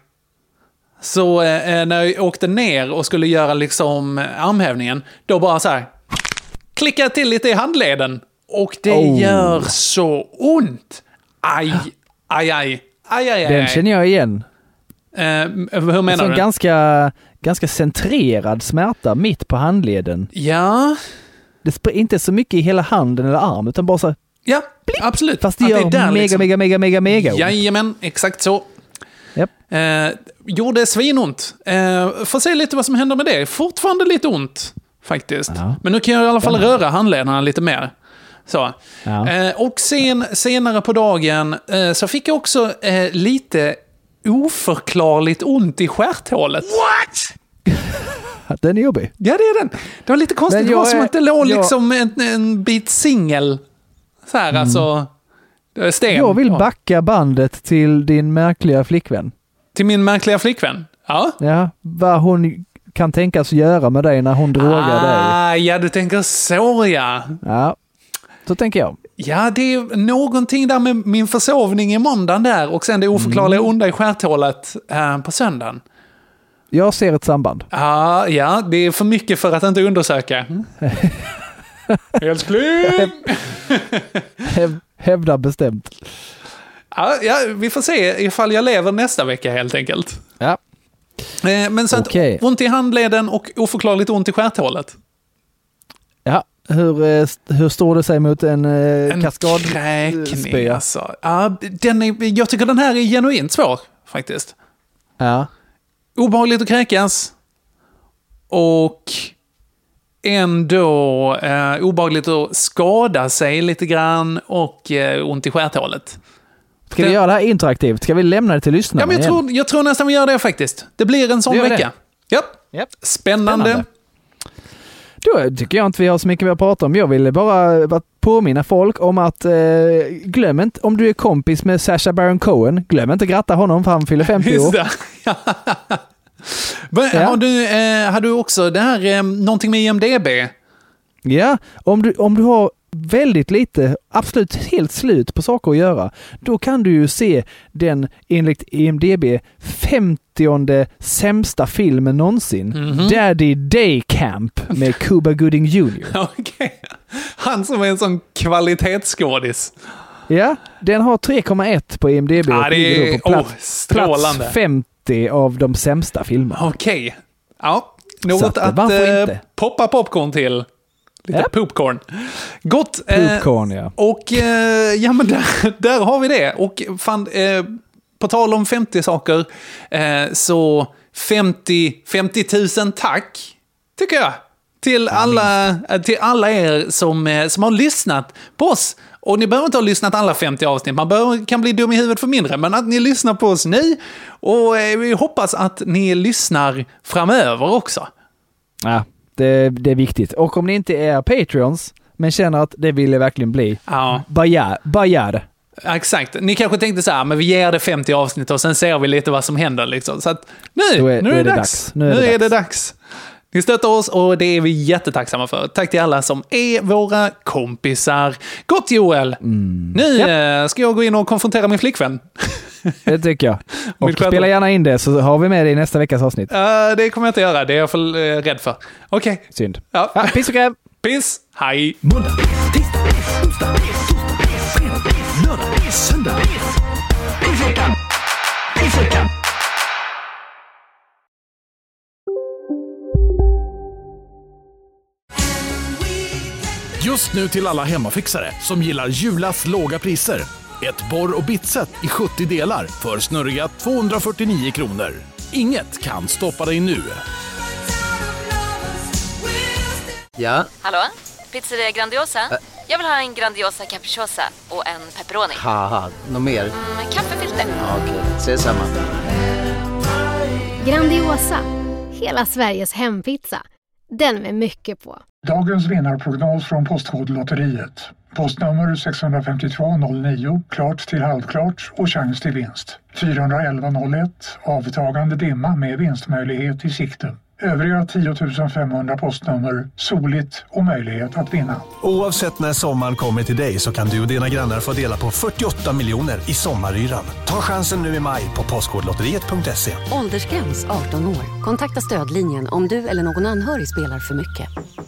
Så eh, när jag åkte ner och skulle göra liksom armhävningen, då bara så här klickade till lite i handleden. Och det oh. gör så ont. Aj, aj, aj, aj, aj, aj. Den känner jag igen. Eh, hur menar som du? Ganska, ganska centrerad smärta mitt på handleden. Ja. Det är inte så mycket i hela handen eller arm, utan bara så här, ja, blipp. Absolut. Fast det att gör det är där, mega, liksom. mega, mega, mega, mega ont. Jajamän, exakt så. Yep. Eh, gjorde svinont. Eh, får se lite vad som händer med det. Fortfarande lite ont, faktiskt. Ja. Men nu kan jag i alla fall ja. röra handlederna lite mer. Så. Ja. Eh, och sen, senare på dagen eh, så fick jag också eh, lite oförklarligt ont i stjärthålet. What? Den är jobbig. Ja, det är den. Det var lite konstigt. Det var som att det låg jag, liksom en, en bit singel. Så här, mm. alltså. Det är sten. Jag vill backa bandet till din märkliga flickvän. Till min märkliga flickvän? Ja. Ja, vad hon kan tänkas göra med dig när hon drogar ah, dig. Ja, du tänker så, ja. Ja, så tänker jag. Ja, det är någonting där med min försovning i måndagen där och sen det oförklarliga mm. onda i stjärthålet eh, på söndagen. Jag ser ett samband. Ah, ja, det är för mycket för att inte undersöka. Älskling! Häv, hävda bestämt. Ja, ja, vi får se ifall jag lever nästa vecka helt enkelt. Ja. Eh, men så okay. att ont i handleden och oförklarligt ont i stjärthålet. Ja, hur, hur står det sig mot en, en kaskadspya? Alltså. Ja, den är, jag tycker den här är genuint svår, faktiskt. Ja. Obehagligt att kräkas. Och ändå eh, obehagligt att skada sig lite grann och eh, ont i stjärthålet. Ska vi göra det här interaktivt? Ska vi lämna det till lyssnarna? Ja, men jag, tror, jag tror nästan vi gör det faktiskt. Det blir en sån vecka. Ja. Yep. Spännande. Spännande. Då tycker jag inte vi har så mycket att prata om. Jag ville bara, bara påminna folk om att eh, glöm inte, om du är kompis med Sacha Baron Cohen, glöm inte att gratta honom för han fyller femtio år. Ja. Ja. Har, du, eh, har du också det här, eh, någonting med I M D B? Ja, om du, om du har väldigt lite, absolut helt slut på saker att göra, då kan du ju se den enligt I M D B femtionde sämsta filmen någonsin. Mm-hmm. Daddy Day Camp med Cuba Gooding junior Okej. Okay. Han som är en sån kvalitetsskådis. Ja, den har tre komma ett på I M D B. Ja, det är på plats, oh, strålande. Plats femtio av de sämsta filmerna. Okej. Okay. Ja, något att, att äh, poppa popcorn till. Lite yep. popcorn. Gott. Popcorn, eh, ja. Och eh, ja, men där, där har vi det. Och fan, eh, på tal om femtio saker, eh, så femtio tusen tack, tycker jag. Till alla, till alla er som, som har lyssnat på oss. Och ni behöver inte ha lyssnat alla femtio avsnitt. Man behöver, kan bli dum i huvudet för mindre. Men att ni lyssnar på oss nu. Och eh, vi hoppas att ni lyssnar framöver också. Ja. Det, det är viktigt. Och om ni inte är Patreons men känner att det vill verkligen bli, ja. bara gör, bara gör det. Exakt. Ni kanske tänkte så här, men vi ger det femtio avsnitt och sen ser vi lite vad som händer. Liksom. Så att nu, är, nu är, är det dags. dags. Nu, är, nu det, är dags. det dags. Ni stöttar oss och det är vi jättetacksamma för. Tack till alla som är våra kompisar. Gott Joel! Mm. Nu yep. ska jag gå in och konfrontera min flickvän. Det tycker jag. Och spela gärna in det så har vi med det i nästa veckas avsnitt. Uh, det kommer jag inte göra. Det är jag för uh, rädd för. Okej. Okay. Synd. Ja. Ja, piss och kräm. Piss. Hej. Måndag, tisdag, onsdag, torsdag, fredag, lördag, söndag. Pissveckan. Pissveckan. Just nu till alla hemmafixare som gillar Julas låga priser. Ett borr- och bitset i sjuttio delar för snurriga tvåhundrafyrtionio kronor. Inget kan stoppa dig nu. Ja? Hallå? Pizzeria Grandiosa? Ä Jag vill ha en Grandiosa capriciosa och en pepperoni. Haha, något mer? Mm, kaffefilter. Ja, okej, okay. Ses samma. Grandiosa, hela Sveriges hempizza. Den med mycket på. Dagens vinnarprognos från Postkodlotteriet. Postnummer sex fem två noll nio, klart till halvklart och chans till vinst. fyra ett ett noll ett, avtagande dimma med vinstmöjlighet i sikte. Övriga tio tusen femhundra postnummer, soligt och möjlighet att vinna. Oavsett när sommaren kommer till dig så kan du och dina grannar få dela på fyrtioåtta miljoner i sommaryran. Ta chansen nu i maj på postkodlotteriet punkt se. Åldersgräns arton år. Kontakta stödlinjen om du eller någon anhörig spelar för mycket.